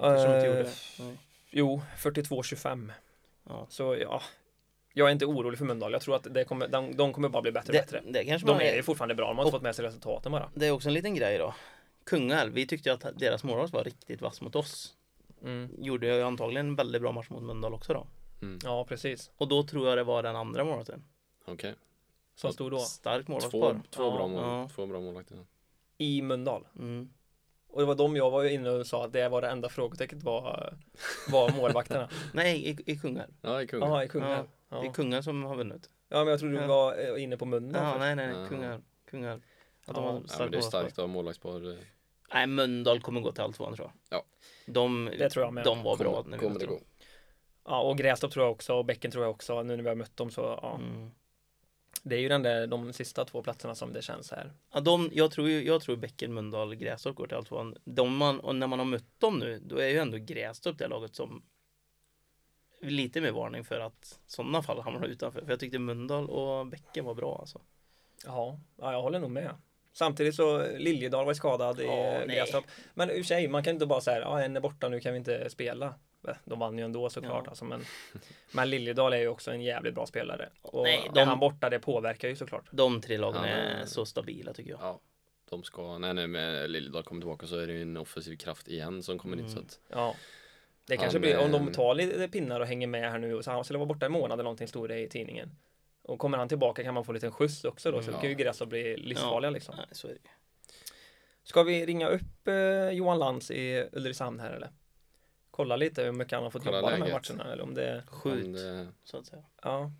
Jo, 42-25. Så jag är inte orolig för Mölndal. Jag tror att de kommer bara bli bättre och bättre. De är ju fortfarande bra. De har inte fått med sig resultaten bara. Det är också en liten grej då. Kungälv, vi tyckte att deras målvakt var riktigt vass mot oss. Gjorde ju antagligen en väldigt bra match mot Mölndal också då. Ja, precis. Och då tror jag det var den andra målvakten. Okej. Som stod då? Stark målvaktspar. Två bra målvakter. I Mölndal. Och det var de jag var inne och sa att det var det enda frågetecknet var målvakterna. Nej, i Kungälv. Ja, i Kungälv. Ja, i Kungälv. Det är Kungälv som har vunnit. Ja, men jag trodde du var inne på Mölndal. Nej, Kungälv. Att de har det är starkt av målvaktspar. Nej, Mölndal kommer gå till alltvåan tror jag. Ja. Det tror jag med. De var bra när kommer det gå. Ja, och Grästorp tror jag också, och Bäcken tror jag också, nu när vi har mött dem så, ja. Det är ju de sista 2 platserna som det känns här. Ja, jag tror Bäcken, Mölndal, Grästorp går till alltvåan. Och när man har mött dem nu, då är ju ändå Grästorp det laget som lite med varning för att sådana fall hamnar utanför. För jag tyckte Mölndal och Bäcken var bra alltså. Ja, jag håller nog med. Samtidigt så Liljedal var skadad i Grästorp. Men i och för sig, man kan inte bara säga en är borta, nu kan vi inte spela. de vann ju ändå såklart alltså, men Liljedahl är ju också en jävligt bra spelare och Nej, han borta, det påverkar ju såklart. De 3 lagen är så stabila tycker jag. Ja, de ska, när med Liljedahl kommer tillbaka så är det ju en offensiv kraft igen som kommer dit så att ja. Det kanske blir, om de tar lite pinnar och hänger med här nu och så han skulle vara borta en månad eller någonting, stod det i tidningen. Och kommer han tillbaka kan man få en liten skjuts också då, så det kan ju Grästorp bli livsfarliga liksom. Nej, så är det. Ska vi ringa upp Johan Lantz i Ulricehamn här eller? Kolla lite hur mycket han har fått jobba de här matcherna eller om det skjut så att säga. Ja.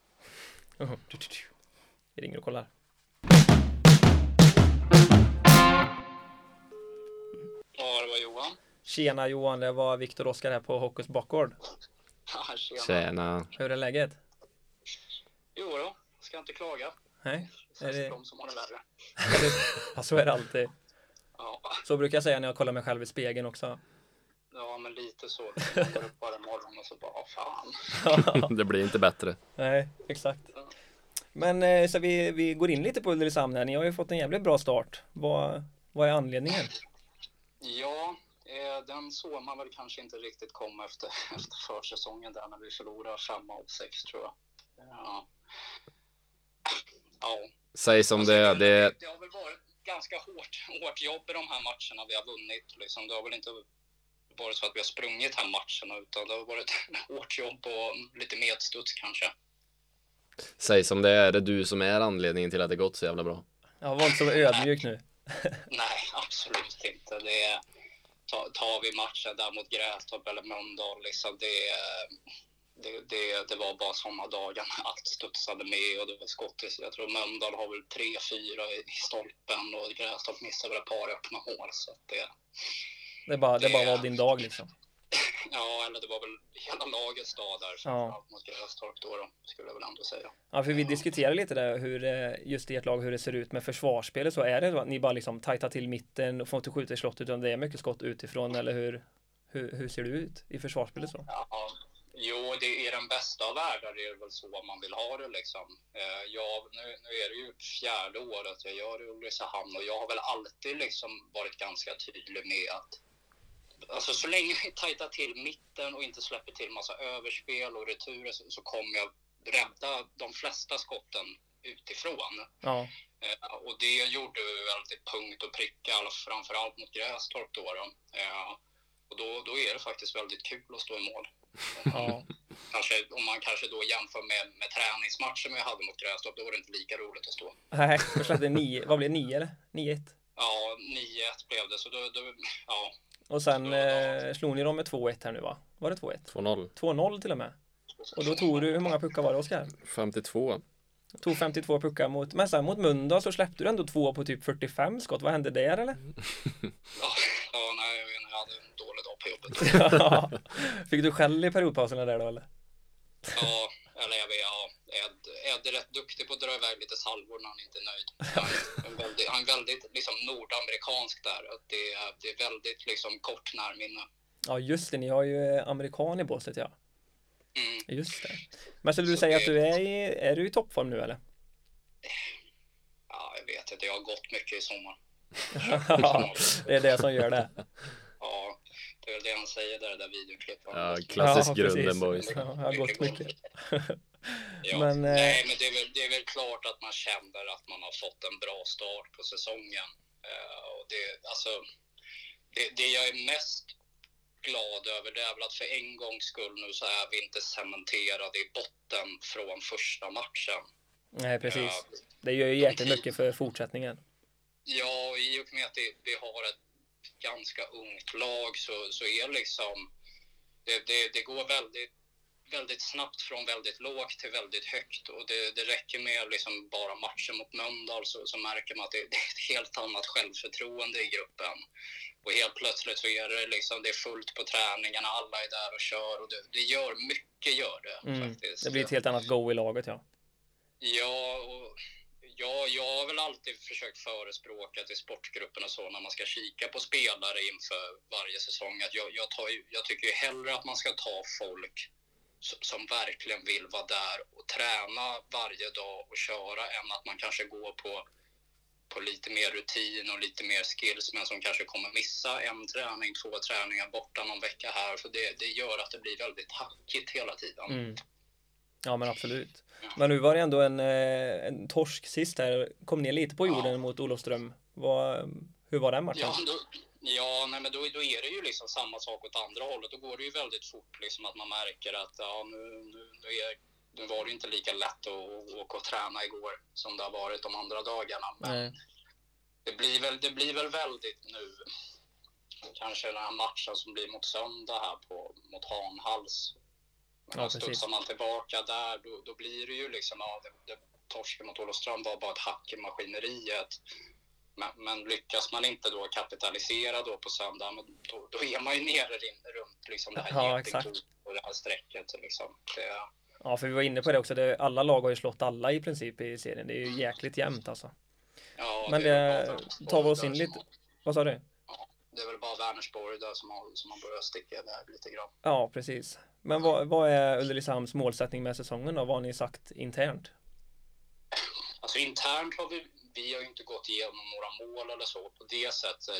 Vi ringer och kollar. Ja, det var Johan. Tjena Johan, det var Viktor Oskar här på Hockey's bakgård. Ja, tjena. Hur är läget? Jo då, ska inte klaga. Nej. Är det de som har det värre? Ja, så är det alltid. Ja. Så brukar jag säga när jag kollar mig själv i spegeln också. Ja, men lite så. Jag går upp varje morgon och så bara, fan. Det blir inte bättre. Nej, exakt. Men så vi går in lite på Ulricehamn här. Ni har ju fått en jävligt bra start. Vad är anledningen? Ja, den såg man väl kanske inte riktigt komma efter försäsongen där när vi förlorade 5 av 6 tror jag. Ja. Säg som alltså, det har väl varit ganska hårt jobb i de här matcherna vi har vunnit. Liksom. Det har väl inte varit så att vi har sprungit här matcherna utan det har varit hårt jobb och lite medstuds kanske. Säg som det är det du som är anledningen till att det gått så jävla bra? Jag var inte så ödmjuk nu. Nej, absolut inte. Tar vi matchen där mot Grästorp eller Mölndal liksom, det var bara sådana dagar allt studsade med och det var skott. Jag tror Mölndal har väl 3-4 i stolpen och Grästorp missade väl ett par öppna hål så att det bara var din dag liksom. Ja, eller det var väl hela lagets dag där framförallt mot Grästorp då skulle jag väl ändå säga. Ja, för vi diskuterar lite där hur just i ert lag hur det ser ut med försvarsspelet, så är det så att ni bara liksom tajtar till mitten och får inte skjuta i slott utan det är mycket skott utifrån, eller hur ser det ut i försvarsspelet så? Ja, jo, det är den bästa av världar, det är väl så man vill ha det liksom. Nu är det ju 4:e året jag gör det i Ulricehamn och jag har väl alltid liksom varit ganska tydlig med att alltså så länge vi tajtar till mitten och inte släpper till massa överspel och returer så kommer jag rädda de flesta skotten utifrån. Ja. Och det gjorde vi väldigt punkt och pricka, framförallt mot Grästorp då. Och då är det faktiskt väldigt kul att stå i mål. Ja. Om man kanske då jämför med träningsmatchen vi hade mot Grästorp, då var det inte lika roligt att stå. Nej, jag släppte 9, vad blev det, 9 eller? 9-1? Ja, 9-1 blev det, så då ja. Och sen slog ni dem med 2-1 här nu va? Var det 2-1? 2-0. 2-0 till och med. Och då tog du, hur många puckar var det Oskar? 52. Tog 52 puckar men sen mot Mölndal så släppte du ändå 2 på typ 45 skott. Vad hände där eller? Nej, jag hade en dålig dag på jobbet. Fick du skäll i periodpauserna där då eller? Ja, eller jag vet, Ed är rätt duktig på att dra iväg lite salvor när han inte är nöjd. Han är väldigt liksom nordamerikansk där. Det är väldigt liksom kort närminne. Ja just det, ni har ju amerikan i båset ja. Just det. Men skulle du så säga att du är du i toppform nu eller? Ja, jag vet inte. Jag har gått mycket i sommar. Det är det som gör det. Ja, det är väl det han säger där videoklippet. Ja, klassisk grunden boys. Ja, jag har gått mycket. Ja, men, nej, men det är väl klart att man känner att man har fått en bra start på säsongen. Och det jag är mest glad över det är väl att för en gångs skull nu så är vi inte cementerade i botten från första matchen. Nej, precis. Det gör ju jättemycket för fortsättningen. Ja, i och med att vi har ett ganska ungt lag så är liksom det går väldigt snabbt från väldigt lågt till väldigt högt och det räcker med liksom bara matchen mot Mölndal så märker man att det är ett helt annat självförtroende i gruppen. Och helt plötsligt så är det liksom, det är fullt på träningarna, alla är där och kör och det gör mycket, faktiskt. Det blir ett helt annat go i laget, ja. Ja, och jag har väl alltid försökt förespråka till sportgruppen och så när man ska kika på spelare inför varje säsong att jag tycker ju hellre att man ska ta folk som verkligen vill vara där och träna varje dag och köra än att man kanske går på på lite mer rutin och lite mer skills, men som kanske kommer missa 1 träning, 2 träningar borta någon vecka här, för det gör att det blir väldigt hackigt hela tiden. Ja, men absolut. Men nu var det ändå en torsk sist här, kom ner lite på jorden mot Olofström. Hur var den matchen? Men då är det ju liksom samma sak åt andra hållet. Då går det ju väldigt fort liksom, att man märker att nu var det inte lika lätt att åka och träna igår som det har varit de andra dagarna. Men det blir väl väldigt nu, kanske den här matchen som blir mot söndag här mot Hanhals. Men studsar man tillbaka där, då blir det ju liksom, torsken mot Olofström var bara ett hack i maskineriet. Men lyckas man inte då kapitalisera då på söndag, då är man ju nere runt liksom det här och det här strecket liksom. Ja, för vi var inne på det också. Alla lag har ju slått alla i princip i serien. Det är ju jäkligt jämnt alltså. Ja, men det tar vi oss in lite. Vad sa du? Ja, det är väl bara Vänersborg där som har börjat sticka där lite grann. Ja, precis. Men vad är Ulricehamns målsättning med säsongen då? Vad har ni sagt internt? Alltså internt har vi har ju inte gått igenom några mål eller så på det sättet.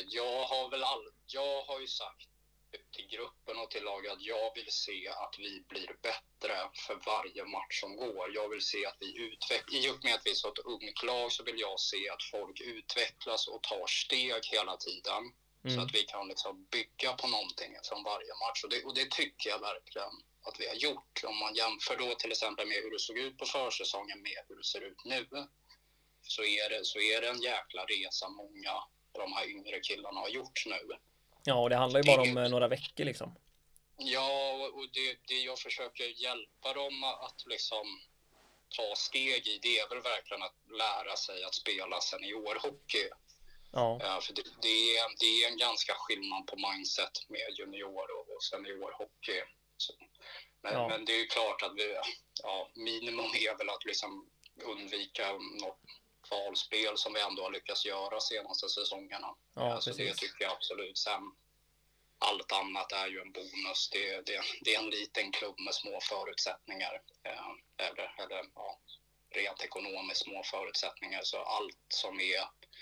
Jag har ju sagt till gruppen och till laget att jag vill se att vi blir bättre för varje match som går. Jag vill se att vi utvecklas. I och med att vi är så ett ungt lag så vill jag se att folk utvecklas och tar steg hela tiden. Så att vi kan liksom bygga på någonting från varje match. Och det tycker jag verkligen att vi har gjort. Om man jämför då till exempel med hur det såg ut på försäsongen med hur det ser ut nu, så är det en jäkla resa många av de här yngre killarna har gjort nu. Ja, och det handlar ju bara om några veckor liksom. Ja, och det jag försöker hjälpa dem att liksom ta steg i, det är väl verkligen att lära sig att spela seniorhockey. Ja. För det är en ganska skillnad på mindset med junior och seniorhockey. Men det är ju klart att minimum är väl att liksom undvika något kvalspel som vi ändå har lyckats göra senaste säsongerna. Så det tycker jag absolut. Sen allt annat är ju en bonus. Det är en liten klubb med små förutsättningar. Eller rent ekonomiskt små förutsättningar. Så allt som är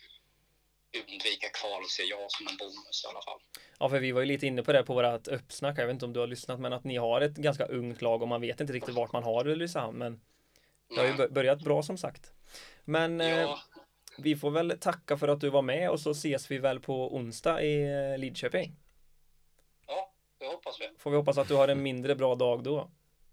undvika kval ser jag som en bonus i alla fall. Ja, för vi var ju lite inne på det på vårat uppsnack. Jag vet inte om du har lyssnat, men att ni har ett ganska ungt lag och man vet inte riktigt vart man har Ulricehamn. Men det har ju börjat bra som sagt. Men vi får väl tacka för att du var med och så ses vi väl på onsdag i Lidköping. Ja, det hoppas vi. Får vi hoppas att du har en mindre bra dag då.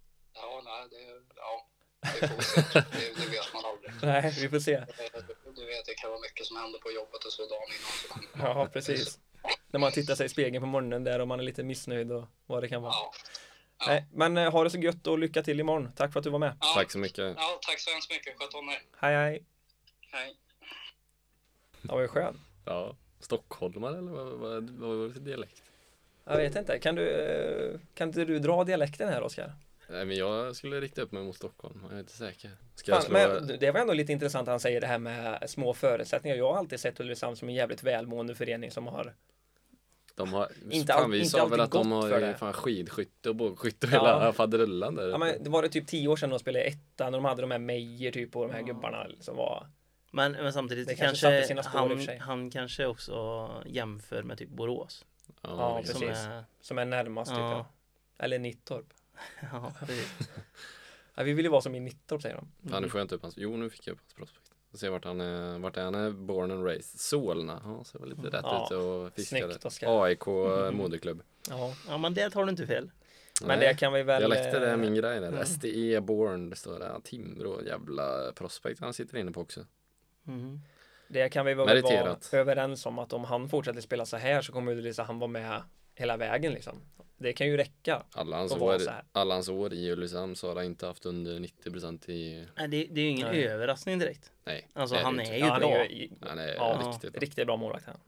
Det får vi se. Det vet man aldrig. Nej, vi får se. Du vet, det kan vara mycket som händer på jobbet och så dagen innan. Ja, precis. När man tittar sig i spegeln på morgonen där och man är lite missnöjd och vad det kan vara. Ja. Nej, men ha det så gött och lycka till imorgon. Tack för att du var med. Ja, tack så mycket. Ja, tack så hemskt mycket. Sköt om er. Hej. Hej. Ja, vad är skön. Ja, stockholmare eller vad var det för dialekt? Jag vet inte. Kan inte du dra dialekten här, Oskar? Nej, men jag skulle rikta upp mig mot Stockholm. Jag är inte säker. Men det var ändå lite intressant att han säger det här med små förutsättningar. Jag har alltid sett Ulricehamn som en jävligt välmående förening som har... Vi sa väl att de har fan skidskytte och bågskytte och hela faderullan där. Ja, men det var det typ 10 år sedan de spelade ettan och de hade de här Meijer typ och de här gubbarna som var... Men samtidigt det kanske han kanske också jämför med typ Borås. Ja, precis. Som är närmast typ. Eller Nittorp. Ja, precis. Vi vill ju vara som i Nittorp, säger de. Ja, nu får jag inte upp hans... Jo, nu fick jag upp hans prospekt. Se vart han är born and raised. Solna. Ja, så var lite rätt ute och fiskade. AIK moderklubb. Ja, men det tar du inte fel. Men det kan vi väl... Dialekter är min grej där. SDE born, det står där. Timrå, jävla prospekt han sitter inne på också. Det kan vi väl vara överens om att om han fortsätter spela så här så kommer Ulricehamn vara med hela vägen liksom. Det kan ju räcka. Alla hans år i Ulricehamn så har han inte haft under 90% i... Nej, det är ju ingen överraskning direkt. Nej. Alltså han är ju bra. Han är riktigt bra målvakt här.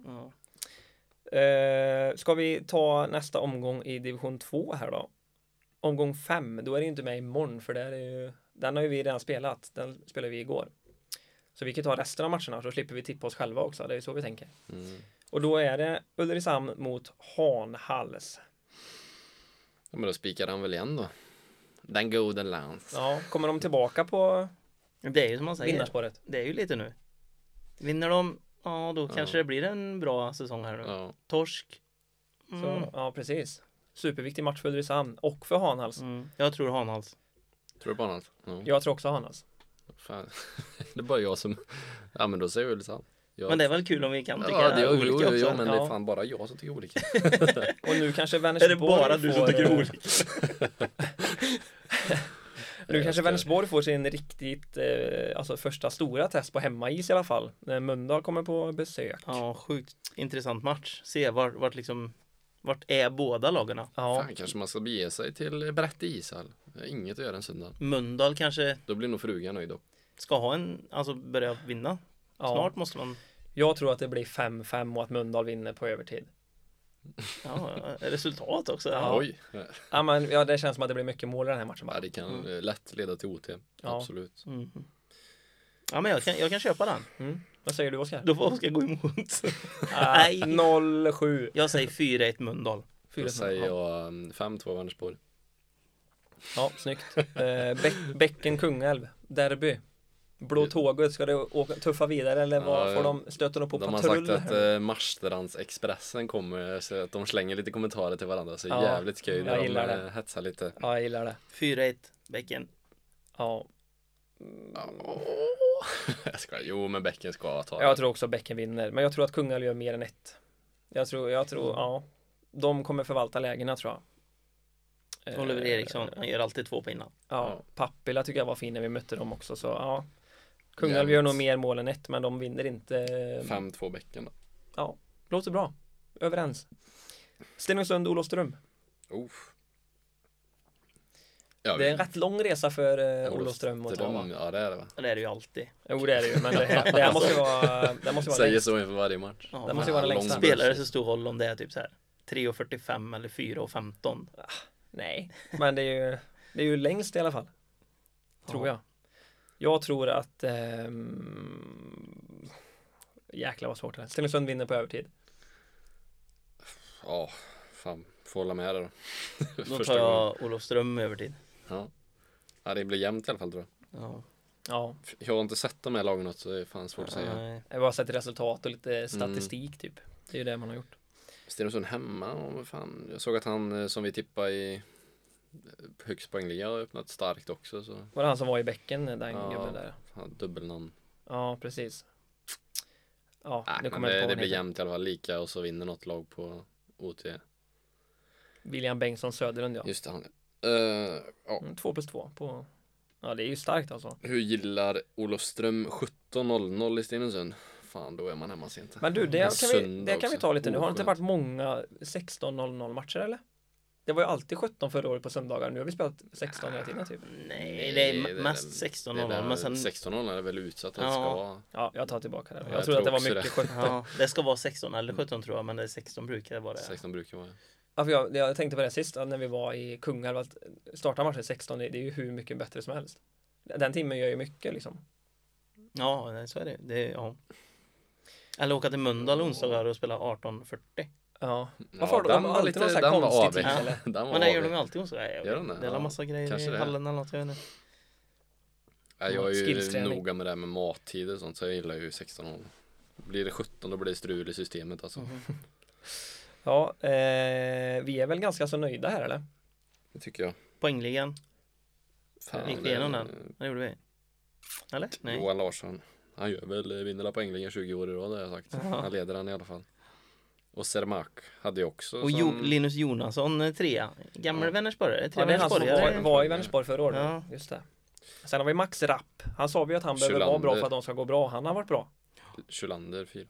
Ska vi ta nästa omgång i division 2 här då? Omgång 5, då är det inte med imorgon för den har ju vi redan spelat. Den spelade vi igår. Så vi kan ta resten av matcherna så slipper vi tippa oss själva också. Det är ju så vi tänker. Och då är det Ulricehamn mot Hanhals. Ja, men då spikar han väl igen då. Den golden lance. Ja, kommer de tillbaka på det är ju som man säger. Vinnarspåret? Det är ju lite nu. Vinner de, ja då kanske det blir en bra säsong här nu. Ja. Torsk. Så, ja, precis. Superviktig match för Ulricehamn och för Hanhals. Jag tror Hanhals. Tror du på annat? Ja. Jag tror också Hanhals. Fan. Det är bara jag som... Ja, men då säger jag Ulricehamn. Men det är väl kul om vi kan tycka olika också. Ja, men det är Ja. fan bara jag som tycker olika. Och nu kanske Vänersborg Är det bara du som tycker olika? Nu kanske Vänersborg får sin riktigt alltså första stora test på hemmais i alla fall. När Mölndal kommer på besök. Ja, sjukt intressant match. Se vart är båda lagarna? Ja. Fan, kanske man ska bege sig till Brätte ishall. Det är inget att göra en söndag. Mölndal kanske Då blir nog frugan nöjd då. ska ha börja vinna. Snart måste man. Jag tror att det blir 5-5 och att Mölndal vinner på övertid. Ja, resultat också. Ja. Oj. Ja, men det känns som att det blir mycket mål i den här matchen bara. Ja, det kan lätt leda till OT. Ja. Absolut. Ja, men jag kan köpa den. Vad säger du, Oskar? Då får Oskar gå emot. Nej, 0-7. Jag säger 4-1 Mölndal. Då säger jag 5-2 Vänersborg. Ja, snyggt. Bäcken Kungälv, derby. Blå tåget, ska det åka tuffa vidare eller vad får de stöter de på patrull? De har sagt att Marstrandsexpressen kommer, så att de slänger lite kommentarer till varandra, så jävligt skoj när de hetsar lite. Ja, jag gillar det. 4-1 Bäcken. Ja. Jo, men Bäcken ska ta det. Jag tror också Bäcken vinner, men jag tror att Kungälv gör mer än ett. Jag tror, ja. De kommer förvalta lägena, tror jag. Oliver Eriksson, han gör alltid 2 på innan. Ja, Pappila tycker jag var fin när vi mötte dem också, så ja. Kungälv gör nog mer mål än ett, men de vinner inte. 5-2 Bäcken då. Ja, låter bra. Överens. Stenungsund, Olofström. Ja, det är en rätt lång resa för Olofström att ta, va? Ja, det är det, va? Det är det ju alltid. Jo, det är det ju, men det här måste ju vara säger längst. så inför varje match. Ja, det måste ju vara den längsta. Spelar det så stor roll om det är typ så här 3:45 eller 4:15? Nej, men det är ju längst i alla fall. Tror jag. Jag tror att jäklar vad svårt det är. Stenungsund vinner på övertid. Ja, fan, får hålla med det då. Då tar jag Olofström övertid. Ja, det blir jämnt i alla fall, tror jag. Ja. Jag har inte sett de här lagen något, så det är fan svårt att säga. Nej. Jag har bara sett resultat och lite statistik typ. Det är ju det man har gjort. Stenungsund hemma, och fan. Jag såg att han som vi tippade i högst poängliga har öppnat starkt också. Så. Var det han som var i Bäcken, den gubben där? Han dubbelnamn. Ja, precis. Ja, nu kommer det blir jämnt i alla fall, lika, och så vinner något lag på OT. William Bengtsson Söderlund, ja. Just det, han 2+2 på. Ja, det är ju starkt alltså. Hur gillar Olofström 17:00 i Stenungsund? Fan, då är man hemma sent. Men du, det kan vi ta lite nu. Har det inte varit många 16:00 matcher, eller? Det var ju alltid 17 förra året på söndagar. Nu har vi spelat 16 hela tiden typ. Nej, det är mest 16:00. Men sen 16:00 är väl utsatt att det ska vara. Ja, jag tar tillbaka det. Jag tror att det var mycket 17. Ja, det ska vara 16 eller 17 tror jag, men det är 16 brukar det vara det. 16 brukar vara det. Ja, för jag tänkte på det sist när vi var i Kungälv, att starta matchen 16, det är ju hur mycket bättre som helst. Den timmen gör ju mycket liksom. Ja, så är det. Ja. Eller åka till Mölndal onsdagar och spela 18:40. Ja. Varför har de alltid någon sån här konstig tid, eller? Men det gör de alltid onsdagar. Det är en massa grejer kanske i hallen eller något, jag vet inte. Jag är ju noga med det här med mattider och sånt, så jag gillar ju 16:00. Blir det 17 då blir det strul i systemet alltså. Ja, vi är väl ganska så nöjda här, eller? Det tycker jag. Poängligan. Fan, gick vi igenom den? Det gjorde vi. Eller? Nej. Johan Larsson. Han gör väl vinner poängligan 20 år i rad, har jag sagt. Han leder den i alla fall. Och Sermak hade ju också. Och Linus Jonasson 3. Gammal Vänersborgare. Ja, det är han som var i Vänersborg förra året. Ja. Just det. Sen har vi Max Rapp. Han sa vi att han behöver vara bra för att de ska gå bra. Han har varit bra. Kylander 4.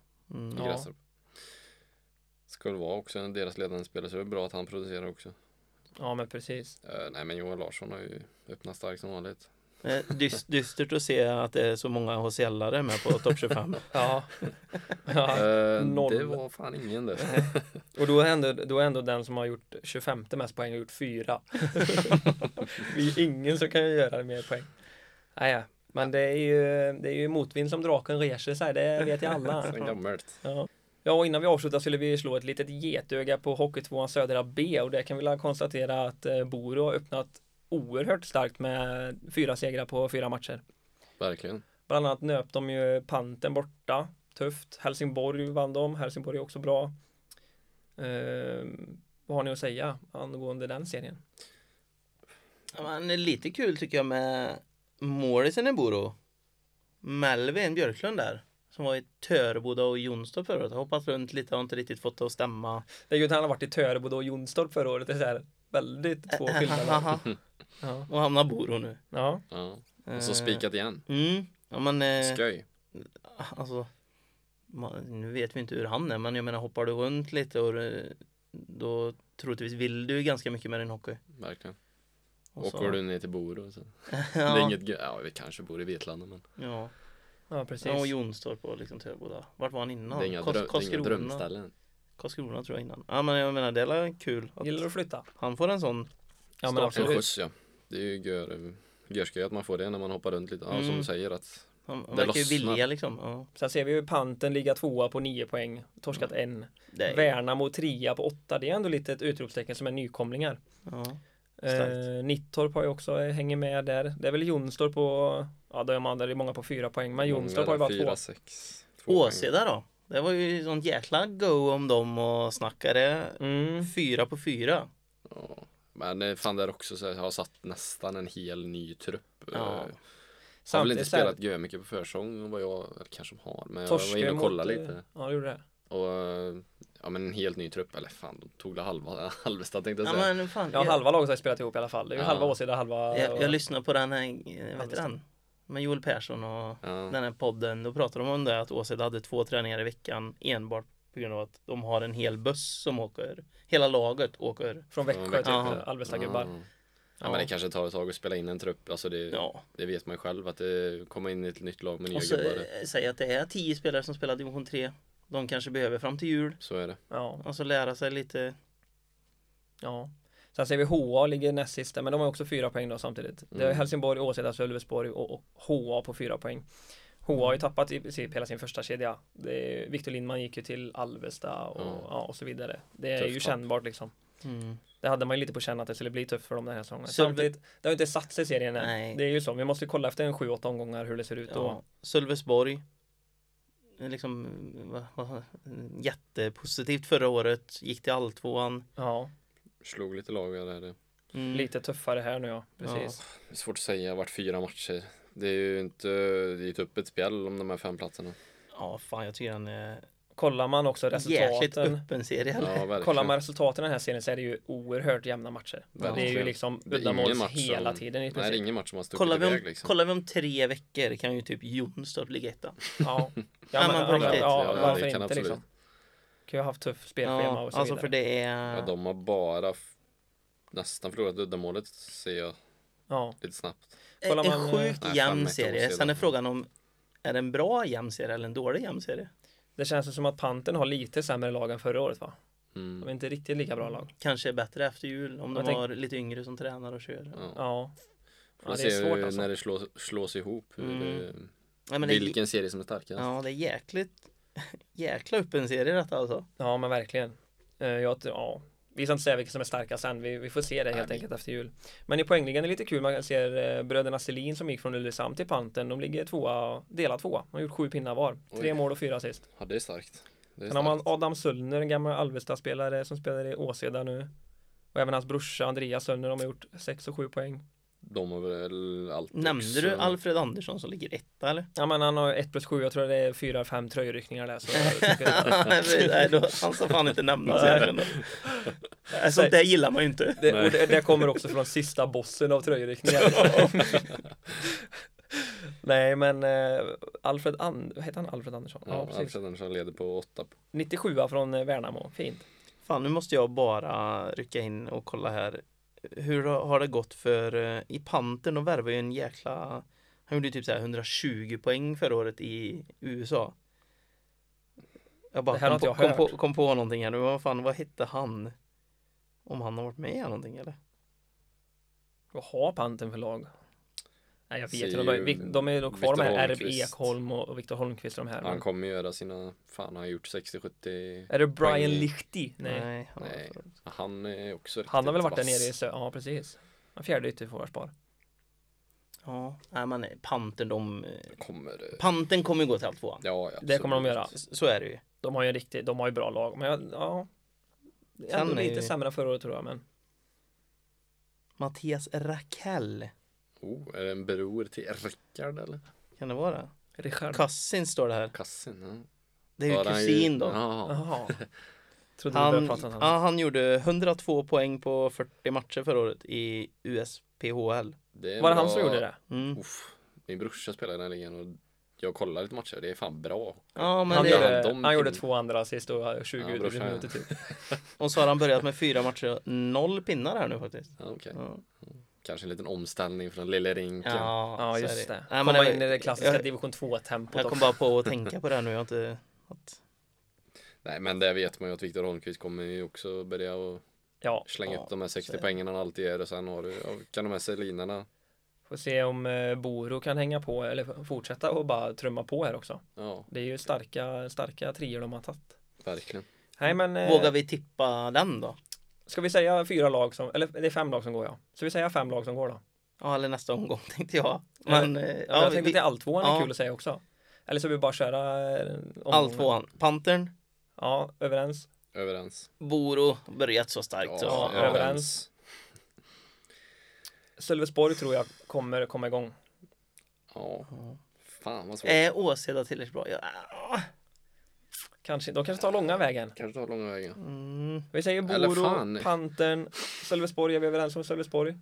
Ska väl vara också en deras ledande spelare, så det är bra att han producerar också. Ja, men precis. Nej, men Johan Larsson har ju öppnat starkt som vanligt. Dystert att se att det är så många HCL-are med på topp 25. Ja. Det var fan ingen det. Och då är ändå den som har gjort 25 mest poäng har gjort 4. Vi är ingen som kan göra mer poäng. Nej, men det är ju motvind som draken reser sig, det vet jag alla. Sen gammalt. Ja, och innan vi avslutar skulle vi slå ett litet getöga på Hockeytvåan Södra B, och det kan vi konstatera att Boro har öppnat oerhört starkt med 4 segrar på 4 matcher. Verkligen. Bland annat nöp de ju Panten borta. tufft. Helsingborg vann de. Helsingborg är också bra. Vad har ni att säga angående den serien? Ja, men lite kul tycker jag med målisen i Boro. Melvin Björklund där. Som var i Töreboda och Jonstorp förra året. Jag hoppat runt lite och inte riktigt fått det att stämma. Det är ju att han har varit i Töreboda och Jonstorp förra året. Det är så här väldigt två skillnader. Ja. Och hamnar Boro nu. Ja. Och så spikat igen. Ja, men, Sköj. Alltså, nu vet vi inte hur han är. Men jag menar, hoppar du runt lite och då troligtvis vill du ganska mycket med din hockey. Verkligen. Och åker du ner till Boro så. Ja. Det är inget vi kanske bor i Vetlanda men. Ja, precis. Ja, och Jonstorp och liksom Töreboda. Vart var han innan? Det är inga drömställen. Karlskrona tror jag innan. Ja, men jag menar det är kul. Gillar du att flytta? Han får en sån. Ja, men absolut. En skjuts, ja. Det är ju görskoj att man får det när man hoppar runt lite. Ja, som du säger att han verkar ju vilja liksom. Ja. Sen ser vi ju Panten ligga 2 på 9 poäng. Torskat 1. Värnamo 3 på 8. Det är ändå lite ett utropstecken som är nykomlingar. Ja. Nittorp har ju också hänger med där. Det är väl Jonstorp på, ja då är man där är många på 4 poäng. Men Jonstorp har ju bara 2. 4-6. Åseda då? Det var ju sån jäkla go om dem och snackade 4 på 4. Ja. Men fan där också så jag har satt nästan en hel ny trupp. Ja. Jag har väl inte spelat mycket på försång vad jag kanske har. Men jag var inne och kollade lite. Ja, det gjorde det. Och ja, men en helt ny trupp. Eller fan, de tog det halvstad tänkte jag säga. Ja, men fan, halva laget har spelat ihop i alla fall. Det är ju halva Åseda, halva... Jag lyssnar på den här, vet du den? Med Joel Persson och den här podden. Då pratar de om det att Åseda hade 2 träningar i veckan enbart på grund av att de har en hel buss som åker. Hela laget åker. Från Växjö till Alvesta-gubbar. Ja, men det kanske tar ett tag att spela in en trupp. Alltså det vet man ju själv att det kommer in ett nytt lag med nya gubbar. Säg att det är 10 spelare som spelar division 3. De kanske behöver fram till jul. Så är det. Ja. Alltså lära sig lite. Ja. Sen ser vi HA ligger näst sista, men de har också 4 poäng då samtidigt. Det är Helsingborg, Åseda, Sölvesborg och HA på 4 poäng. HA har ju tappat i princip hela sin första kedja. Victor Lindman gick ju till Alvesta och så vidare. Det är tufft, ju kännbart liksom. Det hade man ju lite på känna att det skulle bli tufft för dem den här säsongen. Samtidigt, det har ju inte satt sig serien än. Nej. Det är ju så, vi måste kolla efter en 7-8 omgångar hur det ser ut. Ja. Sölvesborg liksom jättepositivt förra året, gick till alltvåan. Ja. Slog lite lag där. Lite tuffare här nu, ja. Precis. Ja. Det är svårt att säga, vart 4 matcher. Det är ju inte, det är ett öppet spjäll om de här 5 platserna. Ja, fan jag tycker den är... Kollar man också resultaten. Jäkligt öppen serie. Ja, kollar man resultaten i den här serien så är det ju oerhört jämna matcher. Ja. Det är ju liksom uddamåls hela tiden i princip. Nej, det är ingen match som har stuckit iväg liksom. Kollar vi om 3 veckor kan ju typ Jonstorp ligga etta. Ja. Varför inte absolut. Liksom. Kan ju ha haft tuff spelschema och så alltså vidare. För det är... Ja, de har bara nästan förlorat uddamålet, ser jag lite snabbt. En sjukt jämn serie. Sen är frågan om är det en bra jämn serie eller en dålig jämn serie? Det känns som att Panten har lite sämre lag än förra året, va? De är inte riktigt lika bra lag. Kanske är bättre efter jul om de har lite yngre som tränar och kör. Ja, det är svårt alltså. När det slås ihop. Vilken serie som är starkast. Ja, det är jäkla öppen serie detta alltså. Ja, men verkligen. Vi ska inte säga vilka som är starkast än. Vi får se det helt enkelt efter jul. Men i poängligan är det lite kul. Man ser bröderna Selin som gick från Ulricehamn till Panten. De ligger delad 2. De har gjort 7 pinnar var. 3 mål och 4 assist. Ja, det är starkt. Sen har man Adam Söllner, en gammal Alvesta-spelare som spelar i Åseda nu. Och även hans brorsa Andreas Söllner, de har gjort 6 och 7 poäng. De har väl alltid. Nämnde du Alfred Andersson som ligger etta eller? Ja, men han har 1+7, jag tror det är 4-5 tröjryckningar där. Så Nej, han ska fan inte nämna sig. Sånt där gillar man ju inte. Det kommer också från sista bossen av tröjryckningar. Nej, men Alfred Andersson? Ja, Alfred Andersson leder på 8. 97 från Värnamo, fint. Fan, nu måste jag bara rycka in och kolla här. Hur har det gått för i Panten? De värvar ju en jäkla... Han gjorde typ så här 120 poäng förra året i USA. Jag bara kom på någonting här nu. Vad hette han? Om han har varit med i någonting eller? Vad har Panten för lag? Nej, jag vet inte. De är nog kvar med Erb Ekholm och Viktor Holmqvist de här. Han kommer göra sina... Fan, han har gjort 60-70... Är det Brian Lichty? Nej. Han är också... Han har väl varit där nere i ja, precis. Han fjärde ytterforwardspar. Ja, nej men Pantern Pantern kommer gå till allt 2. Ja, det kommer de göra. Så är det ju. De har ju bra lag. Men ändå lite sämre förra året tror jag. Men Mattias Rakell. Är det en bror till Rickard eller? Kan det vara? Richard. Cousin står det här. Cousin, ja. Det är ju kusin då. Jaha. Han gjorde 102 poäng på 40 matcher förra året i USPHL. Var det han som gjorde det? Min brorsa spelade i den ligan och jag kollade lite matcher. Det är fan bra. Ja, men han gjorde 2 andra assist och 20 minuter typ. Och så har han börjat med 4 matcher, 0 pinnar här nu faktiskt. Okej. Kanske en liten omställning från Lille Rinken. Ja, just det. Komma in i det klassiska division 2-tempot. Jag kom bara på att tänka på det här nu. Jag inte... Nej, men det vet man ju att Viktor Holmqvist kommer ju också börja och slänga ut de här 60 poängen han alltid gör. Och sen har du, kan de här Selinerna. Får se om Boro kan hänga på eller fortsätta och bara trumma på här också. Ja. Det är ju starka trier de har tagit. Verkligen. Nej, men, vågar vi tippa den då? Ska vi säga 4 lag som, eller det är 5 lag som går Så vi säger 5 lag som går då? Ja, eller nästa omgång tänkte jag. Men, jag tänkte att alltvåan är kul att säga också. Eller så vi bara köra alltvåan. Pantern? Ja, överens. Boro börjat så starkt. Ja, överens. Sölvesborg tror jag kommer komma igång. Ja. Fan vad svårt. Åseda tillräckligt bra? Kanske, de kanske tar långa vägen. Vi säger Boro, Pantern, Sölvesborg. Är vi överens om Sölvesborg?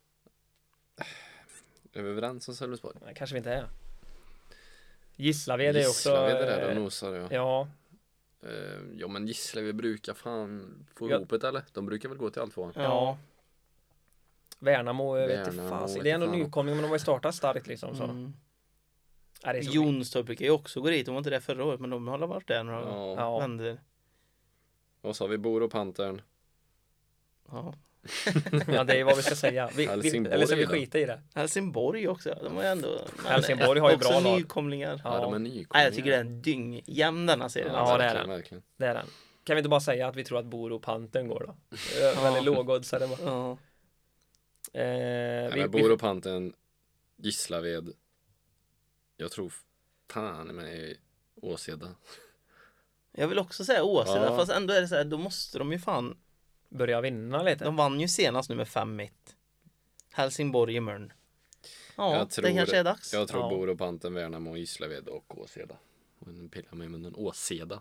Är vi överens om Sölvesborg? Nej, kanske vi inte är. Gislaved är också... Gislaved är där och nosar, ja. Ja, men Gislaved brukar fan få ihop det, eller? De brukar väl gå till alltvåan? Ja. Värnamo vet inte fast. Det är ändå nykomling, men de har ju startat starkt liksom. Så. Jonstorp brukar ju också gå dit. De var inte där förra året, men de har varit där några vänder. Vad sa vi? Boro, Pantern. Ja. Ja, det är vad vi ska säga. Eller så vi skiter i det. Helsingborg också. De har ju ändå... Helsingborg har ju bra lag. Nykomlingar. Ja, de är nykomlingar. Nej, jag tycker det är en dyngjämn denna serien. Ja, det är den. Verkligen. Det är den. Kan vi inte bara säga att vi tror att Boro och Pantern går då? Väldigt lågoddsare. Ja. Boro och Pantern, Gislaved. Jag tror fan med Åseda. Jag vill också säga Åseda, fast ändå är det så här, då måste de ju fan börja vinna lite. De vann ju senast nu med 5-1. Helsingborg i Mörn. Ja, det kanske är dags. Jag tror Boro, Pantern, Värnamo, Gislaved och Åseda. Och en pilla med munnen. Åseda.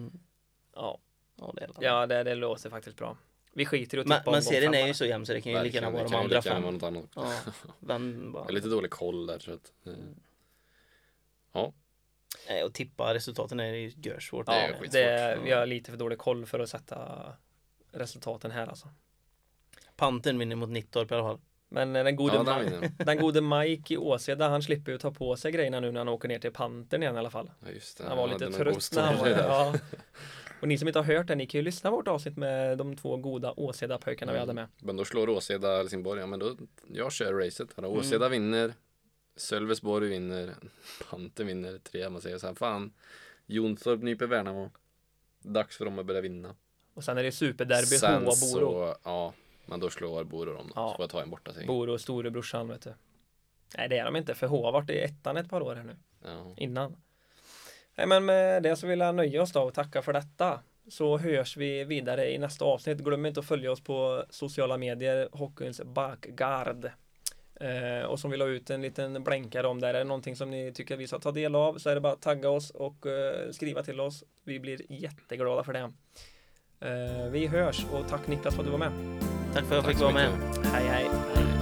Ja, det låter faktiskt bra. Vi skiter och tippar. Men serien är ju så jämn så det kan ju lika gärna vara de andra 5. Jag har lite dålig koll där så att, ja. Nej, och tippa resultaten är ju görsvårt. Ja, vi har lite för dålig koll för att sätta resultaten här alltså. Pantern vinner mot Nittorp i alla fall. Men den gode Mike i Åseda, han slipper ju ta på sig grejerna nu när han åker ner till Pantern igen i alla fall. Ja, just det. Han var lite trött när han var där. Och ni som inte har hört det, ni kan ju lyssna på vårt avsnitt med de 2 goda Åseda-pöjkarna vi hade med. Men då slår Åseda Helsingborg, ja men då, jag kör racet. Åseda vinner, Sölvesborg vinner, Pantern vinner 3, man säger så här, fan, Jonstorp nyper Värnamo. Dags för dem att börja vinna. Och sen är det superderby Hoa-Boro. Ja, men då slår Boro dem. Så får jag ta en borta sig. Boro och storebrorsan, vet du. Nej, det är de inte, för Hoa har varit i ettan ett par år här nu. Innan. Nej, men med det så vill jag nöja oss då och tacka för detta. Så hörs vi vidare i nästa avsnitt. Glöm inte att följa oss på sociala medier, Hockeyns Bakgard. Och som vi la ut en liten blänkare om där. Är det någonting som ni tycker vi ska ta del av, så är det bara att tagga oss och skriva till oss. Vi blir jätteglada för det. Vi hörs och tack Niklas för att du var med. Tack för att jag fick vara med. Hej.